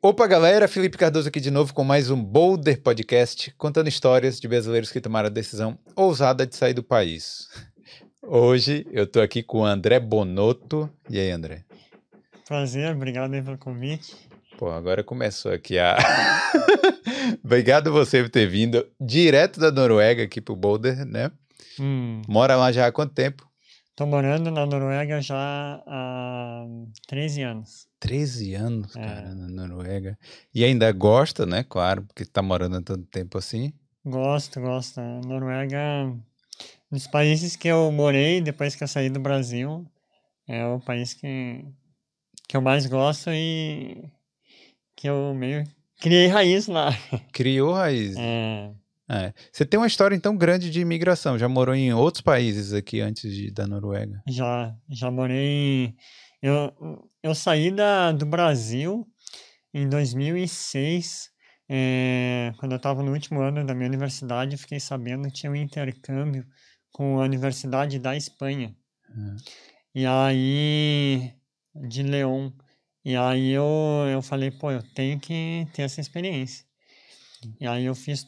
Opa, galera, Felipe Cardoso aqui de novo com mais um Boulder Podcast, contando histórias de brasileiros que tomaram a decisão ousada de sair do país. Hoje eu tô aqui com o André Bonotto. E aí, André? Prazer, obrigado aí pelo convite. Pô, agora começou aqui a... Obrigado você por ter vindo direto da Noruega aqui pro Boulder, né? Mora lá já há quanto tempo? Tô morando na Noruega já há 13 anos. 13 anos, cara, na Noruega. E ainda gosta, né? Claro, porque tá morando há tanto tempo assim. Gosto. A Noruega, dos países que eu morei depois que eu saí do Brasil, é o país que eu mais gosto e que eu meio criei raiz lá. Criou raiz. Você tem uma história então grande de imigração. Já morou em outros países aqui antes da Noruega? Já morei. Eu saí do Brasil em 2006. Quando eu estava no último ano da minha universidade, eu fiquei sabendo que tinha um intercâmbio com a Universidade da Espanha. E aí, de León. E aí eu falei, pô, eu tenho que ter essa experiência. E aí eu fiz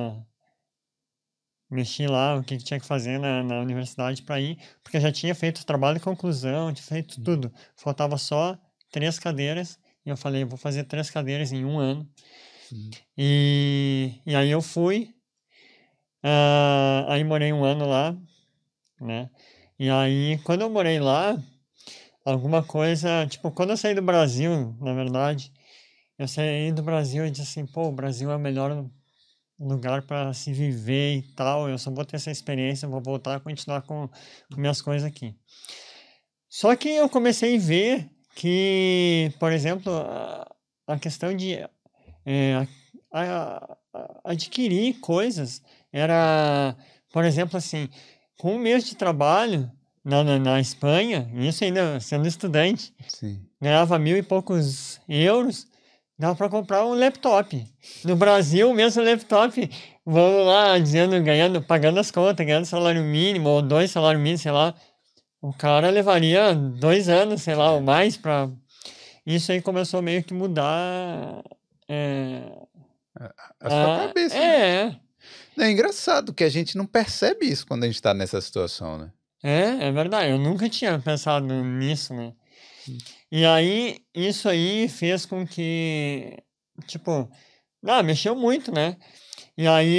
mexi lá o que tinha que fazer na universidade para ir, porque eu já tinha feito o trabalho de conclusão, tinha feito tudo. Faltava só 3 cadeiras, e eu falei, vou fazer 3 cadeiras em um ano. E aí eu fui, aí morei um ano lá, né? E aí, quando eu morei lá, alguma coisa, tipo, quando eu saí do Brasil, na verdade, eu saí do Brasil e disse assim, pô, o Brasil é o melhor lugar para se viver e tal, eu só vou ter essa experiência, vou voltar a continuar com minhas coisas aqui. Só que eu comecei a ver que, por exemplo, a questão de adquirir coisas era, por exemplo, assim, com um mês de trabalho na Espanha, isso ainda sendo estudante, Sim. ganhava 1.000 e poucos euros, dava para comprar um laptop. No Brasil, o mesmo laptop, vamos lá, dizendo, pagando as contas, ganhando salário mínimo, ou 2 salários mínimos, sei lá, o cara levaria 2 anos, sei lá, ou mais para... Isso aí começou meio que mudar... A sua cabeça, né? É. É engraçado que a gente não percebe isso quando a gente tá nessa situação, né? É verdade. Eu nunca tinha pensado nisso, né? E aí, isso aí fez com que, tipo, mexeu muito, né? E aí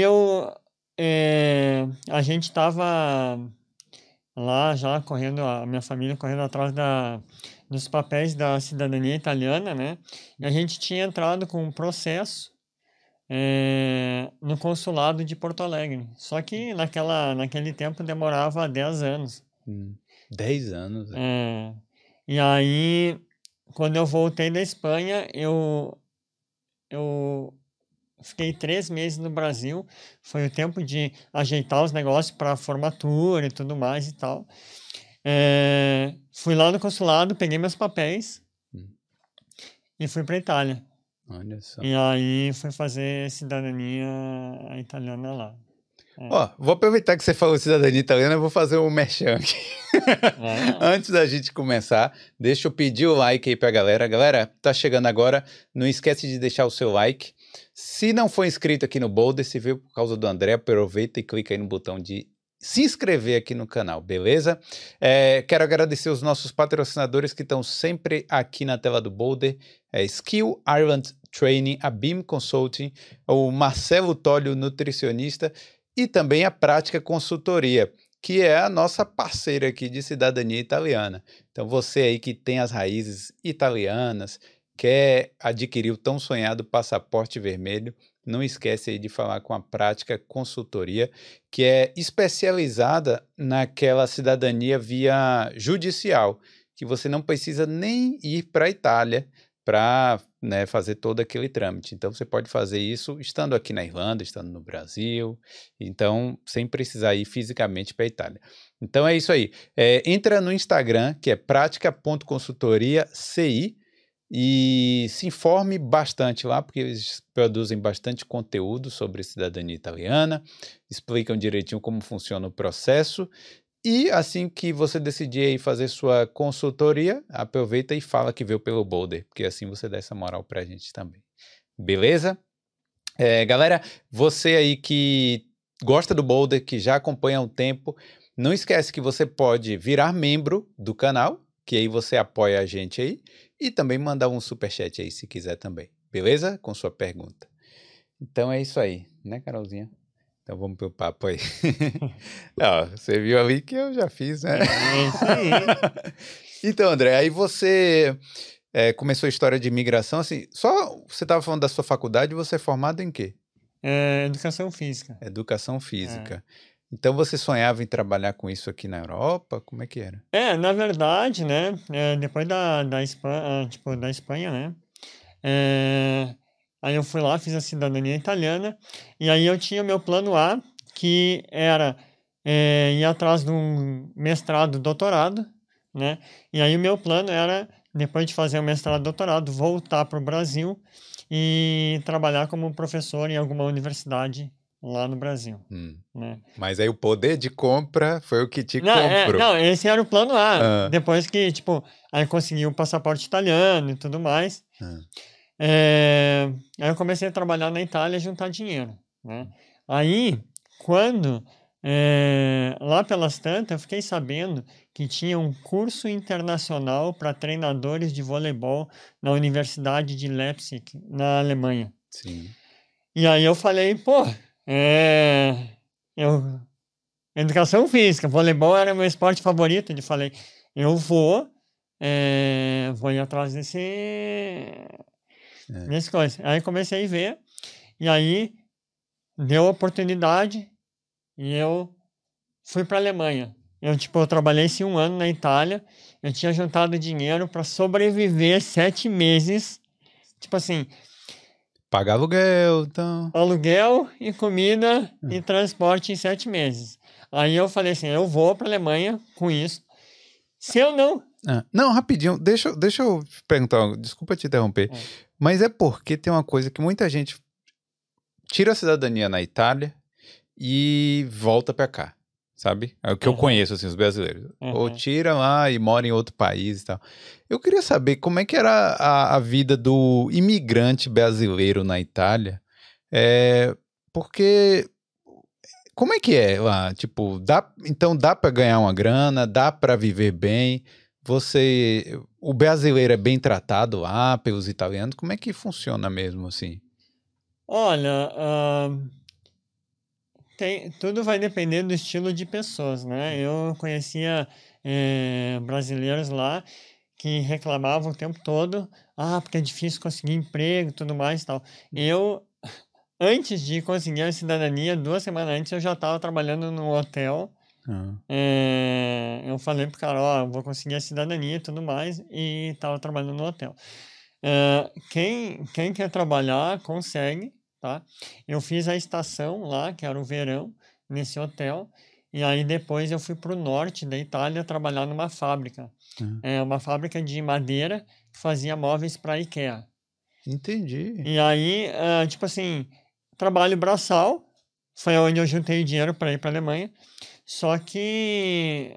a gente tava lá já correndo, a minha família correndo atrás dos papéis da cidadania italiana, né? E a gente tinha entrado com um processo no consulado de Porto Alegre. Só que naquele tempo demorava 10 anos. 10 anos. E aí, quando eu voltei da Espanha, eu fiquei 3 meses no Brasil. Foi o tempo de ajeitar os negócios para formatura e tudo mais e tal. Fui lá no consulado, peguei meus papéis e fui para Itália. Olha só. E aí fui fazer cidadania italiana lá. Vou aproveitar que você falou cidadania italiana, eu vou fazer um merchan aqui. Antes da gente começar, deixa eu pedir o like aí pra galera. Galera, tá chegando agora, não esquece de deixar o seu like. Se não for inscrito aqui no Boulder, se veio por causa do André, aproveita e clica aí no botão de se inscrever aqui no canal, beleza? Quero agradecer os nossos patrocinadores que estão sempre aqui na tela do Boulder. Skill Ireland Training, a Beam Consulting, o Marcelo Tólio, nutricionista, e também a Prática Consultoria, que é a nossa parceira aqui de cidadania italiana. Então você aí que tem as raízes italianas, quer adquirir o tão sonhado passaporte vermelho, não esquece aí de falar com a Prática Consultoria, que é especializada naquela cidadania via judicial, que você não precisa nem ir para a Itália para fazer todo aquele trâmite. Então, você pode fazer isso estando aqui na Irlanda, estando no Brasil, então, sem precisar ir fisicamente para a Itália. Então, é isso aí. Entra no Instagram, que é prática.consultoria.ci, e se informe bastante lá, porque eles produzem bastante conteúdo sobre cidadania italiana, explicam direitinho como funciona o processo, E assim que você decidir aí fazer sua consultoria, aproveita e fala que veio pelo Boulder, porque assim você dá essa moral pra gente também. Beleza? Galera, você aí que gosta do Boulder, que já acompanha há um tempo, não esquece que você pode virar membro do canal, que aí você apoia a gente aí, e também mandar um superchat aí se quiser também. Beleza? Com sua pergunta. Então é isso aí, né, Carolzinha? Então vamos pro papo aí. Ó, você viu ali que eu já fiz, né? É isso aí. Então, André, aí você começou a história de imigração, assim, só você estava falando da sua faculdade, você é formado em quê? Educação física. Educação física. Então você sonhava em trabalhar com isso aqui na Europa? Como é que era? Na verdade, né, depois da Espanha, tipo, da Espanha, né, aí eu fui lá, fiz a cidadania italiana, e aí eu tinha meu plano A, que era ir atrás de um mestrado, doutorado, né, e aí o meu plano era, depois de fazer o mestrado, doutorado, voltar para o Brasil e trabalhar como professor em alguma universidade lá no Brasil, né. Mas aí o poder de compra foi o que te comprou. Não, esse era o plano A. Ah. Depois que, tipo, aí consegui o passaporte italiano e tudo mais. Ah. Aí eu comecei a trabalhar na Itália e juntar dinheiro, né? Aí, quando, lá pelas tantas, eu fiquei sabendo que tinha um curso internacional para treinadores de voleibol na Universidade de Leipzig, na Alemanha. Sim. E aí eu falei, pô, eu educação física, voleibol era meu esporte favorito. Eu falei, eu vou ir atrás desse coisa. Aí comecei a ver, e aí deu oportunidade e eu fui para a Alemanha. Eu trabalhei esse 1 ano na Itália, eu tinha juntado dinheiro para sobreviver 7 meses, tipo assim, Pagar aluguel, então. aluguel e comida e transporte em 7 meses. Aí eu falei assim, eu vou para a Alemanha com isso. Se eu não... Não, rapidinho, deixa eu perguntar, desculpa te interromper, mas é porque tem uma coisa que muita gente tira a cidadania na Itália e volta pra cá, sabe? É o que eu conheço, assim, os brasileiros. Ou tira lá e mora em outro país e tal. Eu queria saber como é que era a vida do imigrante brasileiro na Itália, porque... Como é que é lá? Tipo, então dá pra ganhar uma grana, dá pra viver bem? O brasileiro é bem tratado lá pelos italianos? Como é que funciona mesmo assim? Olha, tudo vai depender do estilo de pessoas, né? Eu conhecia brasileiros lá que reclamavam o tempo todo, porque é difícil conseguir emprego e tudo mais e tal. Antes de conseguir a cidadania, 2 semanas antes, eu já estava trabalhando no hotel. Eu falei pro cara, eu vou conseguir a cidadania e tudo mais, e estava trabalhando no hotel. Quem quer trabalhar, consegue, tá? Eu fiz a estação lá, que era o verão, nesse hotel, e aí depois eu fui pro norte da Itália trabalhar numa fábrica. Uma fábrica de madeira que fazia móveis para IKEA. Entendi. E aí, tipo assim, trabalho braçal, foi onde eu juntei dinheiro para ir para a Alemanha. Só que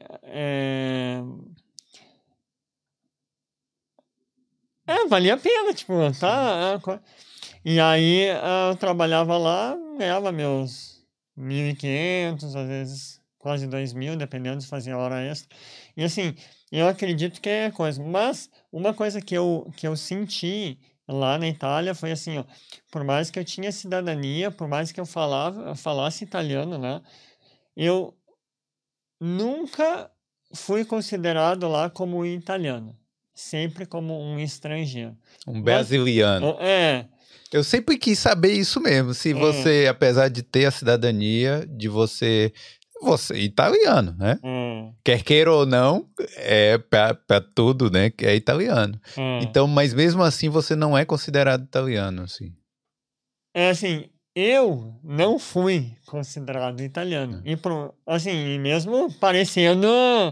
valia a pena, tipo, tá? E aí eu trabalhava lá, ganhava meus 1.500, às vezes quase 2.000, dependendo se fazia hora extra. E assim, eu acredito que é coisa. Mas uma coisa que eu senti lá na Itália foi assim, ó, por mais que eu tinha cidadania, por mais que eu falasse italiano, né? Eu nunca fui considerado lá como um italiano, sempre como um estrangeiro. Um brasiliano. Eu sempre quis saber isso mesmo, se você, apesar de ter a cidadania, você é italiano, né? Quer queira ou não, pra tudo, né? É italiano. Então, mas mesmo assim você não é considerado italiano, assim. Assim, eu não fui considerado italiano. E assim, mesmo parecendo.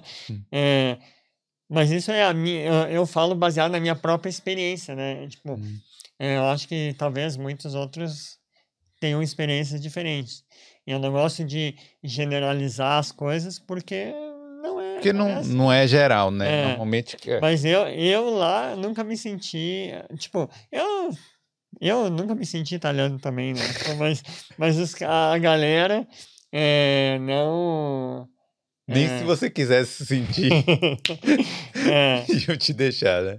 Mas isso é eu falo baseado na minha própria experiência, né? Tipo, eu acho que talvez muitos outros tenham experiências diferentes. E eu não gosto de generalizar as coisas porque Porque não é geral, né? Normalmente... Mas eu lá nunca me senti... Tipo, eu nunca me senti italiano também, né? Mas a galera não... Nem se você quisesse se sentir, iam te deixar, né?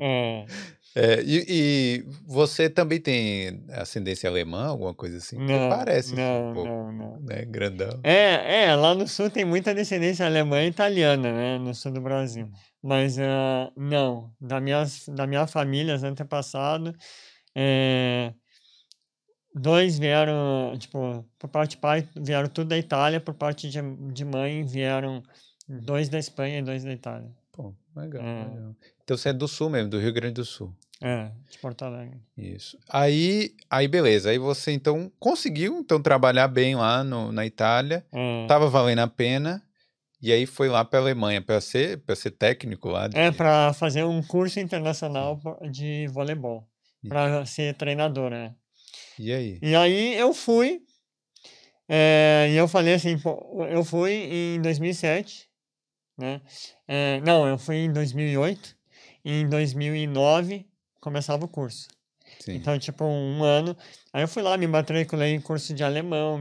E você também tem ascendência alemã, alguma coisa assim? Porque parece um pouco, não. Né? Grandão. Lá no sul tem muita descendência alemã e italiana, né? No sul do Brasil. Mas não, da minha família, os antepassados, dois vieram, tipo, por parte de pai vieram tudo da Itália, por parte de mãe vieram 2 da Espanha e 2 da Itália. Pô, legal. Então você é do sul mesmo, do Rio Grande do Sul. De Porto Alegre. Isso. Aí beleza. Aí você então conseguiu trabalhar bem lá na Itália. Tava valendo a pena. E aí foi lá para a Alemanha para ser técnico lá. Para fazer um curso internacional de voleibol, para ser treinador, né? E aí? E aí eu fui. E eu falei assim, pô, eu fui em 2007, né? Não, eu fui em 2008. E em 2009 começava o curso. Sim. Então, tipo, um ano. Aí eu fui lá, me matriculei em curso de alemão,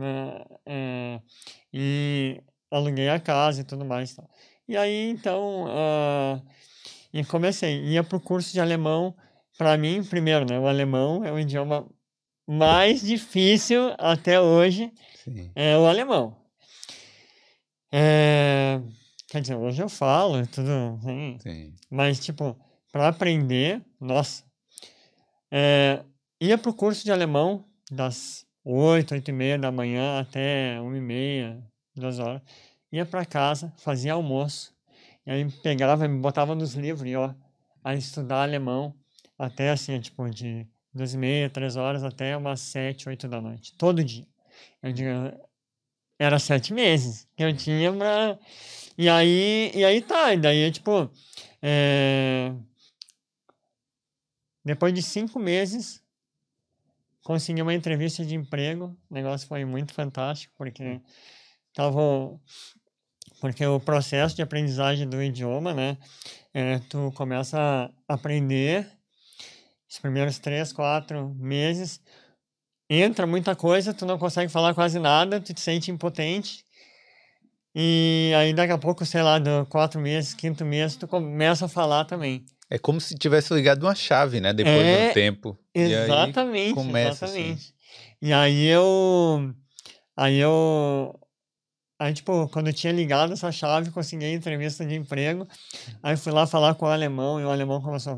e aluguei a casa e tudo mais. Tá. E aí, então, e comecei. Ia pro curso de alemão. Para mim, primeiro, né? O alemão é o idioma mais difícil até hoje. Sim. É o alemão. Quer dizer, hoje eu falo tudo. Sim. Mas, tipo, para aprender, nossa. Ia pro curso de alemão das 8h30 da manhã até 1h30, 2 horas. Ia para casa, fazia almoço. E aí pegava e me botava nos livros e, a estudar alemão até assim, tipo, de 2h30, 3 horas até umas 7, 8 da noite. Todo dia. Eu digo, era 7 meses que eu tinha pra... E aí tá, e daí, tipo... Depois de 5 meses, consegui uma entrevista de emprego. O negócio foi muito fantástico, porque o processo de aprendizagem do idioma, né? Tu começa a aprender os primeiros 3, 4 meses, entra muita coisa, tu não consegue falar quase nada, tu te sente impotente. E aí daqui a pouco, sei lá, do 4 meses, 5º mês, tu começa a falar também. É como se tivesse ligado uma chave, né? Depois de um tempo. Exatamente, e aí começa exatamente. Assim. E aí, tipo, quando eu tinha ligado essa chave, consegui a entrevista de emprego. Aí fui lá falar com o alemão, e o alemão começou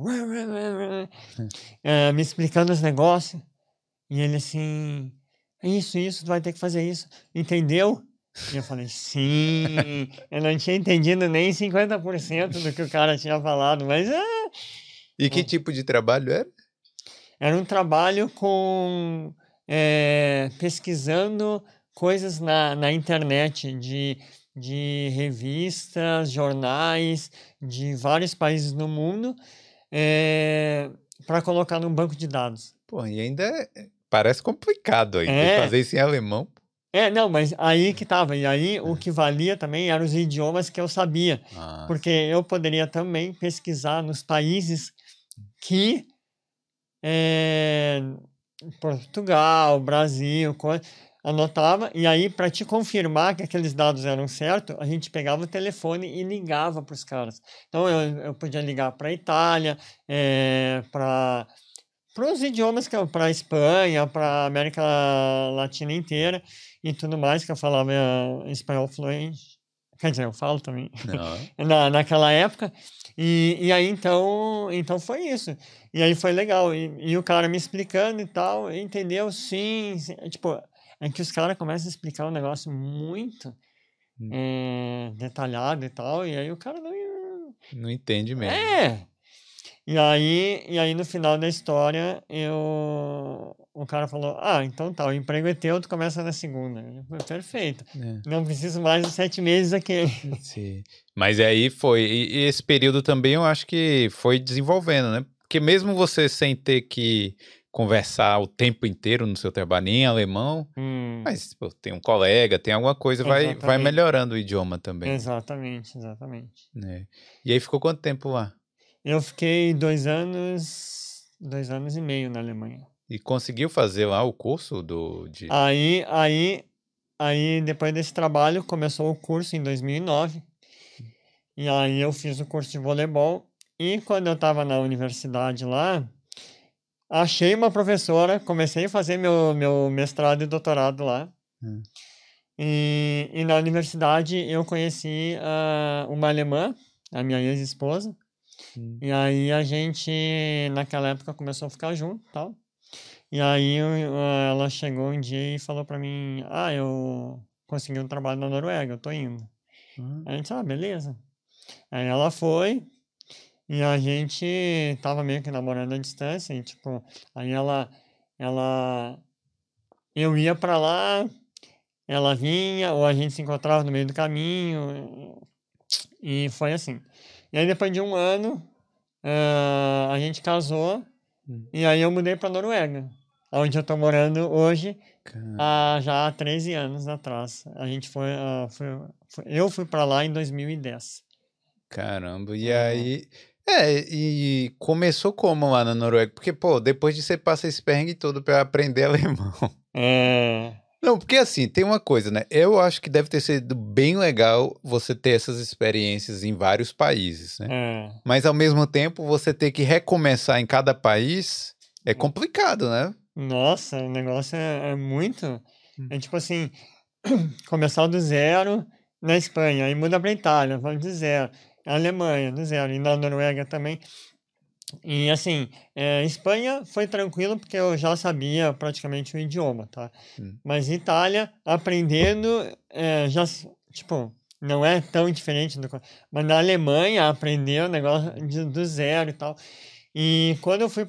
me explicando os negócios. E ele assim, isso, tu vai ter que fazer isso. Entendeu? E eu falei, sim. Eu não tinha entendido nem 50% do que o cara tinha falado, mas... E que tipo de trabalho era? Era um trabalho com... pesquisando coisas na internet, de revistas, jornais, de vários países no mundo, para colocar num banco de dados. Pô, e ainda parece complicado aí. Tem que fazer isso em alemão. Não, mas aí que tava. E aí o que valia também eram os idiomas que eu sabia. Porque eu poderia também pesquisar nos países que... Portugal, Brasil, anotava, e aí para te confirmar que aqueles dados eram certos, a gente pegava o telefone e ligava para os caras. Então eu podia ligar para a Itália, para os idiomas, para a Espanha, para a América Latina inteira e tudo mais, que eu falava espanhol fluente. Quer dizer, eu falo também. Naquela época. E aí, então foi isso. E aí foi legal. E o cara me explicando e tal, entendeu? Sim. Tipo, é que os caras começam a explicar um negócio muito detalhado e tal, e aí o cara não entende mesmo. E aí no final da história, o cara falou, então tá, o emprego é teu, tu começa na segunda. Eu falei, perfeito. Não preciso mais de 7 meses aqui. Sim. Mas aí foi, e esse período também eu acho que foi desenvolvendo, né? Porque mesmo você sem ter que conversar o tempo inteiro no seu trabalho nem em alemão, mas pô, tem um colega, tem alguma coisa, vai melhorando o idioma também. Exatamente. Né? E aí ficou quanto tempo lá? Eu fiquei 2 anos e meio na Alemanha. E conseguiu fazer lá o curso de... Aí, depois desse trabalho, começou o curso em 2009. E aí eu fiz o curso de voleibol. E quando eu estava na universidade lá, achei uma professora, comecei a fazer meu mestrado e doutorado lá. E na universidade eu conheci uma alemã, a minha ex-esposa. E aí a gente, naquela época, começou a ficar junto e tal. E aí ela chegou um dia e falou pra mim, eu consegui um trabalho na Noruega, eu tô indo. Aí a gente, beleza. Aí ela foi e a gente tava meio que namorando à distância e, tipo, aí eu ia pra lá, ela vinha, ou a gente se encontrava no meio do caminho, e foi assim. E aí depois de um ano, a gente casou, e aí eu mudei pra Noruega, onde eu tô morando hoje, já há 13 anos atrás. A gente eu fui pra lá em 2010. Caramba, e aí... e começou como lá na Noruega? Porque, pô, depois de você passa esse perrengue todo pra aprender alemão. Não, porque assim, tem uma coisa, né? Eu acho que deve ter sido bem legal você ter essas experiências em vários países, né? Mas ao mesmo tempo, você ter que recomeçar em cada país é complicado, né? Nossa, o negócio é muito... É tipo assim, começar do zero na Espanha, aí muda pra Itália, vamos de zero. Alemanha, do zero. E na Noruega também. E assim, Espanha foi tranquilo porque eu já sabia praticamente o idioma, tá? Mas Itália, aprendendo, já, tipo, não é tão diferente mas na Alemanha, aprender o negócio do zero e tal. E quando eu fui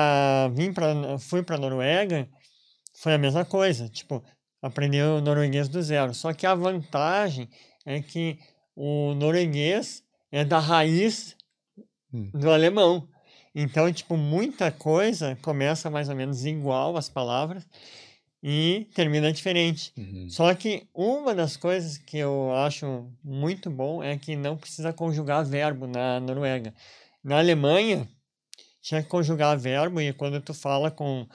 pra Noruega, foi a mesma coisa, tipo, aprender o norueguês do zero. Só que a vantagem é que o norueguês é da raiz do alemão. Então, tipo, muita coisa começa mais ou menos igual as palavras e termina diferente. Só que uma das coisas que eu acho muito bom é que não precisa conjugar verbo na Noruega. Na Alemanha, tinha que conjugar verbo e quando tu fala com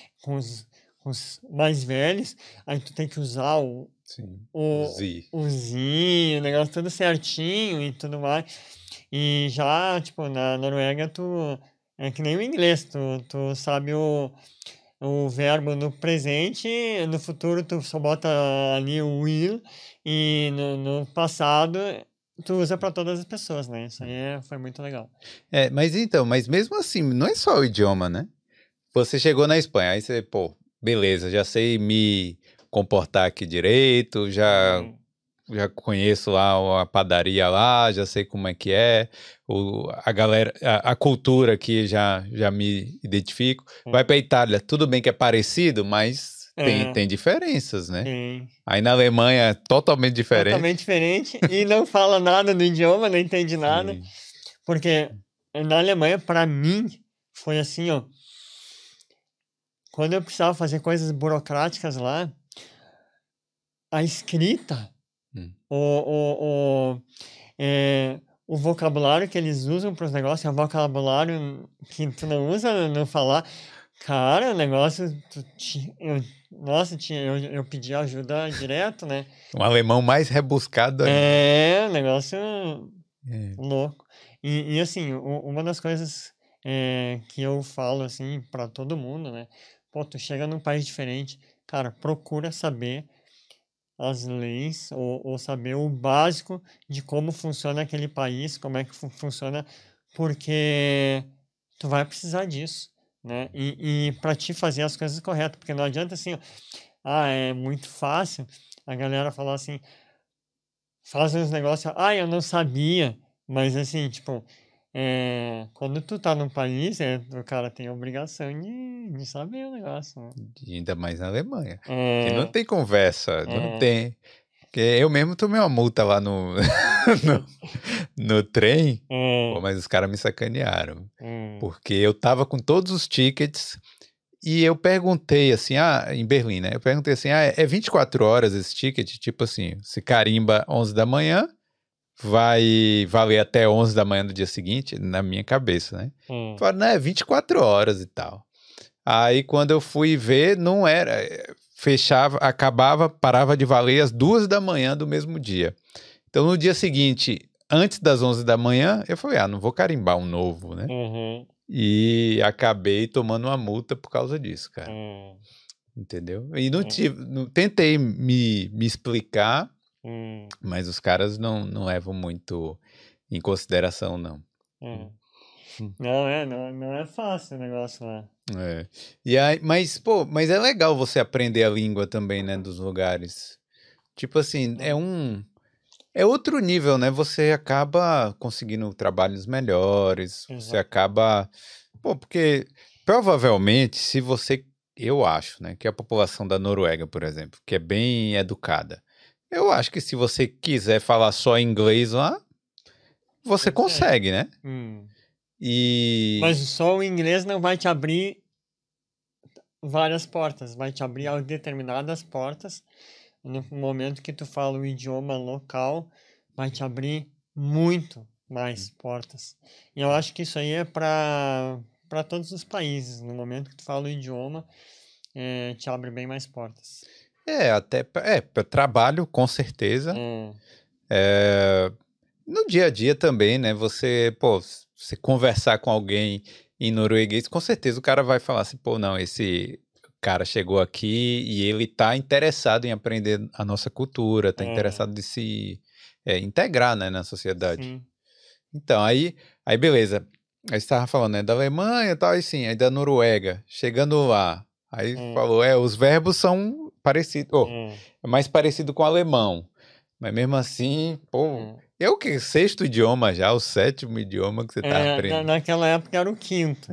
os mais velhos, aí tu tem que usar o zi, o negócio tudo certinho e tudo mais. E já, tipo, na Noruega, é que nem o inglês, tu sabe o verbo no presente, no futuro tu só bota ali o will, e no passado tu usa para todas as pessoas, né? Isso aí foi muito legal. Mas mesmo assim, não é só o idioma, né? Você chegou na Espanha, aí você, pô, beleza, já sei me comportar aqui direito, já conheço lá a padaria lá, já sei como é que é, a galera, a cultura aqui já me identifico. Vai pra Itália, tudo bem que é parecido, mas tem diferenças, né? Aí na Alemanha é totalmente diferente. Totalmente diferente, e não fala nada do idioma, não entende nada. Porque na Alemanha, pra mim, foi assim, ó, quando eu precisava fazer coisas burocráticas lá, a escrita, o vocabulário que eles usam para os negócios é um vocabulário que tu não usa no falar. Cara, o negócio... eu pedi ajuda direto, né? Um alemão mais rebuscado ainda. Um negócio louco. E assim, uma das coisas que eu falo, assim, para todo mundo, né? Pô, tu chega num país diferente, cara, procura saber as leis ou saber o básico de como funciona aquele país, como é que funciona, porque tu vai precisar disso, né? E para te fazer as coisas corretas, porque não adianta assim, é muito fácil a galera falar assim, faz uns negócios, eu não sabia, mas assim, tipo, quando tu tá num país, o cara tem a obrigação de saber o negócio, né? Ainda mais na Alemanha. Que não tem conversa, não tem. Porque eu mesmo tomei uma multa lá no trem, pô, mas os caras me sacanearam. Porque eu tava com todos os tickets E eu perguntei assim, em Berlim, né? Eu perguntei assim, é 24 horas esse ticket? Tipo assim, se carimba 11 da manhã, vai valer até 11 da manhã do dia seguinte? Na minha cabeça, né? Falaram, não, é 24 horas e tal. Aí quando eu fui ver, não era. Fechava, acabava, parava de valer às 2 da manhã do mesmo dia. Então no dia seguinte, antes das 11 da manhã, eu falei, não vou carimbar um novo, né? E acabei tomando uma multa por causa disso, cara. Entendeu? E não tentei me explicar, mas os caras não levam muito em consideração, não. Não é fácil o negócio lá. E aí, mas é legal você aprender a língua também, né, dos lugares. Tipo assim, é outro nível, né? Você acaba conseguindo trabalhos melhores, você acaba... porque provavelmente, se você... Eu acho, né, que a população da Noruega, por exemplo, que é bem educada, eu acho que se você quiser falar só inglês lá, você consegue, né? Mas só o inglês não vai te abrir várias portas, vai te abrir determinadas portas. No momento que tu fala o idioma local, vai te abrir muito mais portas. E eu acho que isso aí é para todos os países. No momento que tu fala o idioma, te abre bem mais portas. Até para trabalho, com certeza. No dia a dia também, né? Você conversar com alguém em norueguês, com certeza o cara vai falar assim, não, esse cara chegou aqui e ele tá interessado em aprender a nossa cultura, tá interessado em se integrar, né, na sociedade. Sim. Então, aí beleza. Aí você tava falando, né, da Alemanha e tal, aí da Noruega. Chegando lá, aí falou, os verbos são parecidos, é mais parecido com o alemão. Mas mesmo assim, é o quê? 6º idioma já, o 7º idioma que você tá aprendendo? Naquela época era o 5º.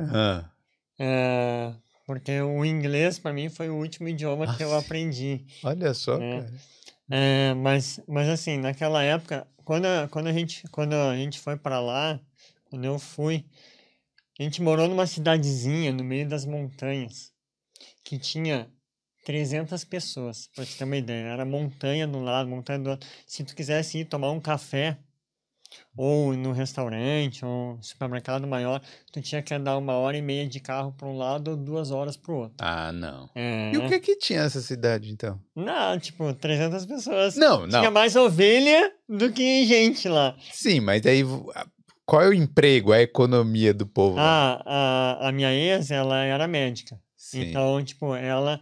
Porque o inglês, para mim, foi o último idioma que eu aprendi. Olha só, né? cara. Mas assim, naquela época, quando a gente foi para lá, quando eu fui, a gente morou numa cidadezinha no meio das montanhas, que tinha 300 pessoas, pra te ter uma ideia. Era montanha de um lado, montanha do outro. Se tu quisesse ir tomar um café, ou no restaurante, ou no supermercado maior, tu tinha que andar 1h30 de carro para um lado ou 2 horas pro outro. Não. E o que tinha nessa cidade, então? Não, tipo, 300 pessoas. Não. Tinha mais ovelha do que gente lá. Sim, mas aí qual é o emprego, a economia do povo lá? A minha ex, ela era médica. Sim. Então, tipo, ela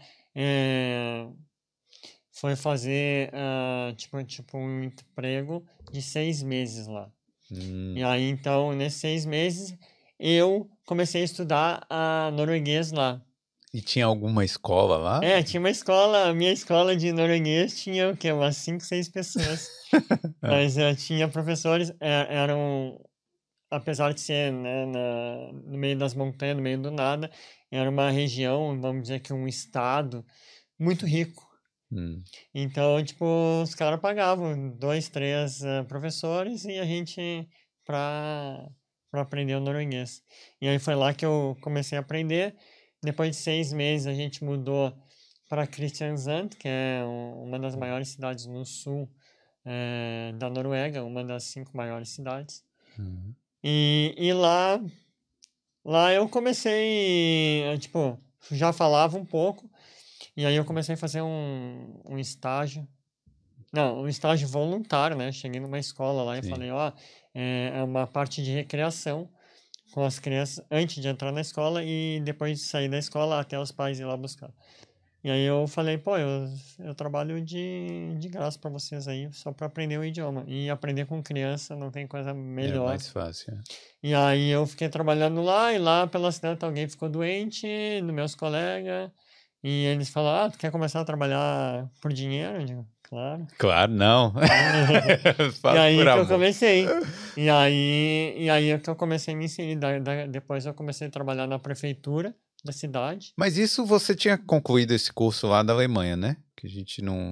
foi fazer, tipo, um emprego de 6 meses lá. E aí, então, nesses 6 meses, eu comecei a estudar norueguês lá. E tinha alguma escola lá? Tinha uma escola, a minha escola de norueguês tinha o quê? Umas 5, 6 pessoas. Mas tinha professores, eram, apesar de ser, né, no meio das montanhas, no meio do nada, era uma região, vamos dizer que um estado muito rico. Então, tipo, os caras pagavam 2, 3 professores e a gente para aprender o norueguês. E aí foi lá que eu comecei a aprender. Depois de 6 meses a gente mudou para Kristiansand, que é uma das maiores cidades no sul da Noruega, uma das 5 maiores cidades. E lá eu comecei, tipo, já falava um pouco. E aí eu comecei a fazer um estágio. Não, um estágio voluntário, né? Cheguei numa escola lá e falei, é uma parte de recreação com as crianças antes de entrar na escola e depois de sair da escola até os pais ir lá buscar. E aí eu falei, eu trabalho de graça para vocês aí, só para aprender o idioma. E aprender com criança não tem coisa melhor. É mais fácil. E aí eu fiquei trabalhando lá, e lá pela cidade alguém ficou doente, dos meus colegas, e eles falaram, tu quer começar a trabalhar por dinheiro? Eu digo, claro. Claro, não. E aí que eu comecei. E aí é que eu comecei a me inserir. Depois eu comecei a trabalhar na prefeitura da cidade. Mas isso você tinha concluído esse curso lá da Alemanha, né? Que a gente não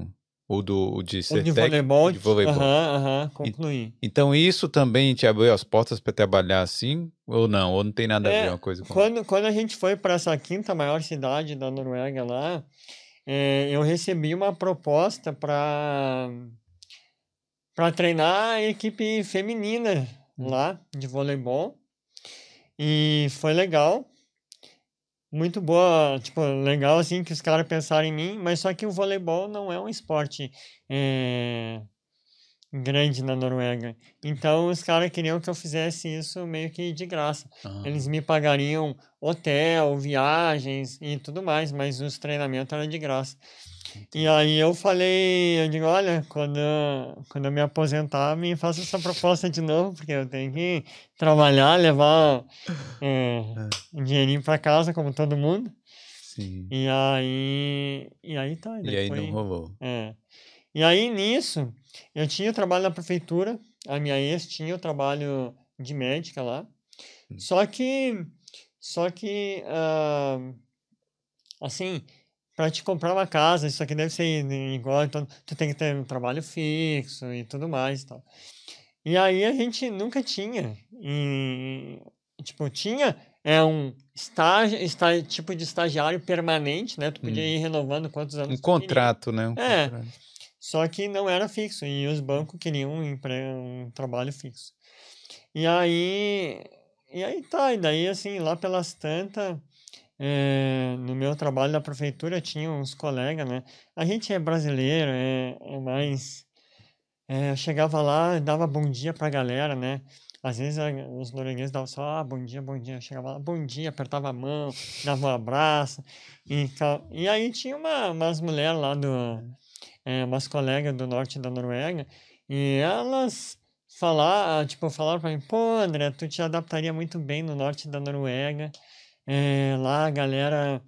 O de O ser de técnico voleibol, de voleibol. concluí. Então isso também te abriu as portas para trabalhar assim? Ou não? Ou não tem nada a ver uma coisa com a outra? Quando a gente foi para essa quinta maior cidade da Noruega lá, eu recebi uma proposta para treinar a equipe feminina lá de voleibol. E foi legal. Muito boa, tipo, legal assim que os caras pensaram em mim, mas só que o voleibol não é um esporte grande na Noruega. Então os caras queriam que eu fizesse isso meio que de graça. Eles me pagariam hotel, viagens e tudo mais, mas os treinamentos eram de graça. E aí eu falei, eu digo, olha, quando eu me aposentar, me faça essa proposta de novo, porque eu tenho que trabalhar, levar um dinheirinho pra casa, como todo mundo. Sim. E aí tá. E aí não rolou. E aí nisso, eu tinha o trabalho na prefeitura, a minha ex tinha o trabalho de médica lá. Só que, assim, para te comprar uma casa, isso aqui deve ser igual, então tu tem que ter um trabalho fixo e tudo mais e tal. E aí a gente nunca tinha, tipo, tinha um tipo de estagiário permanente, né? Tu podia ir renovando quantos anos Um tu queria. contrato, né? Um contrato. Só que não era fixo e os bancos queriam um trabalho fixo. E aí tá, e daí assim, lá pelas tantas, no meu trabalho na prefeitura tinha uns colegas, né? A gente é brasileiro, é mais. Eu chegava lá, dava bom dia pra galera, né? Às vezes os noruegueses davam só, bom dia, bom dia. Eu chegava lá, bom dia, apertava a mão, dava um abraço e tal. E aí tinha umas mulheres lá umas colegas do norte da Noruega, e elas falaram pra mim, pô, André, tu te adaptaria muito bem no norte da Noruega. Lá a galera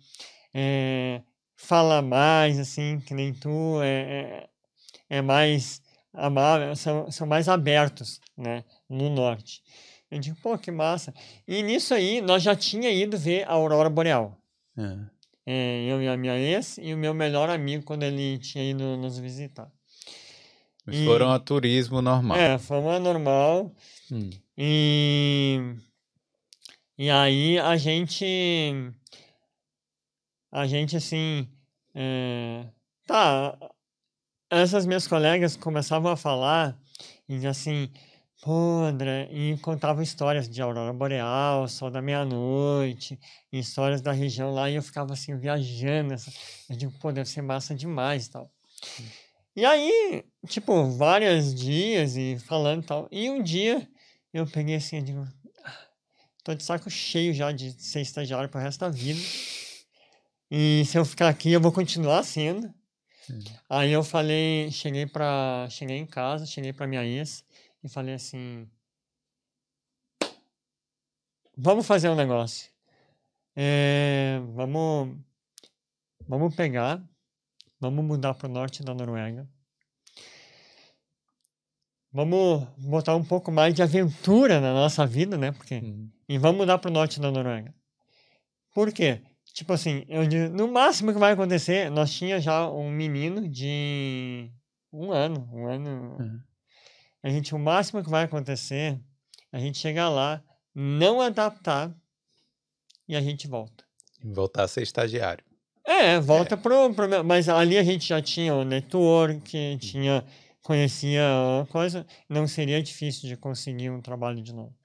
fala mais, assim, que nem tu, é mais amável, são mais abertos, né, no norte. Eu digo, pô, que massa. E nisso aí, nós já tinha ido ver a aurora boreal. Eu e a minha ex e o meu melhor amigo quando ele tinha ido nos visitar. Mas foram a turismo normal. Fomos a normal. E aí a gente assim, tá, essas minhas colegas começavam a falar e assim, pô, André, e contavam histórias de aurora boreal, sol da meia-noite, histórias da região lá, e eu ficava assim, viajando. Eu digo, pô, deve ser massa demais e tal. E aí, tipo, vários dias e falando e tal. E um dia eu peguei assim, eu digo, tô de saco cheio já de ser estagiário pro resto da vida. E se eu ficar aqui, eu vou continuar sendo. Aí eu falei, cheguei em casa, cheguei pra minha ex e falei assim, vamos fazer um negócio. Vamos pegar, vamos mudar pro norte da Noruega. Vamos botar um pouco mais de aventura na nossa vida, né? E vamos mudar pro norte da Noruega. Por quê? Tipo assim, no máximo que vai acontecer, nós tinha já um menino de um ano. O máximo que vai acontecer, a gente chegar lá, não adaptar e a gente volta. Voltar a ser estagiário. Volta mas ali a gente já tinha o network, conhecia a coisa, não seria difícil de conseguir um trabalho de novo.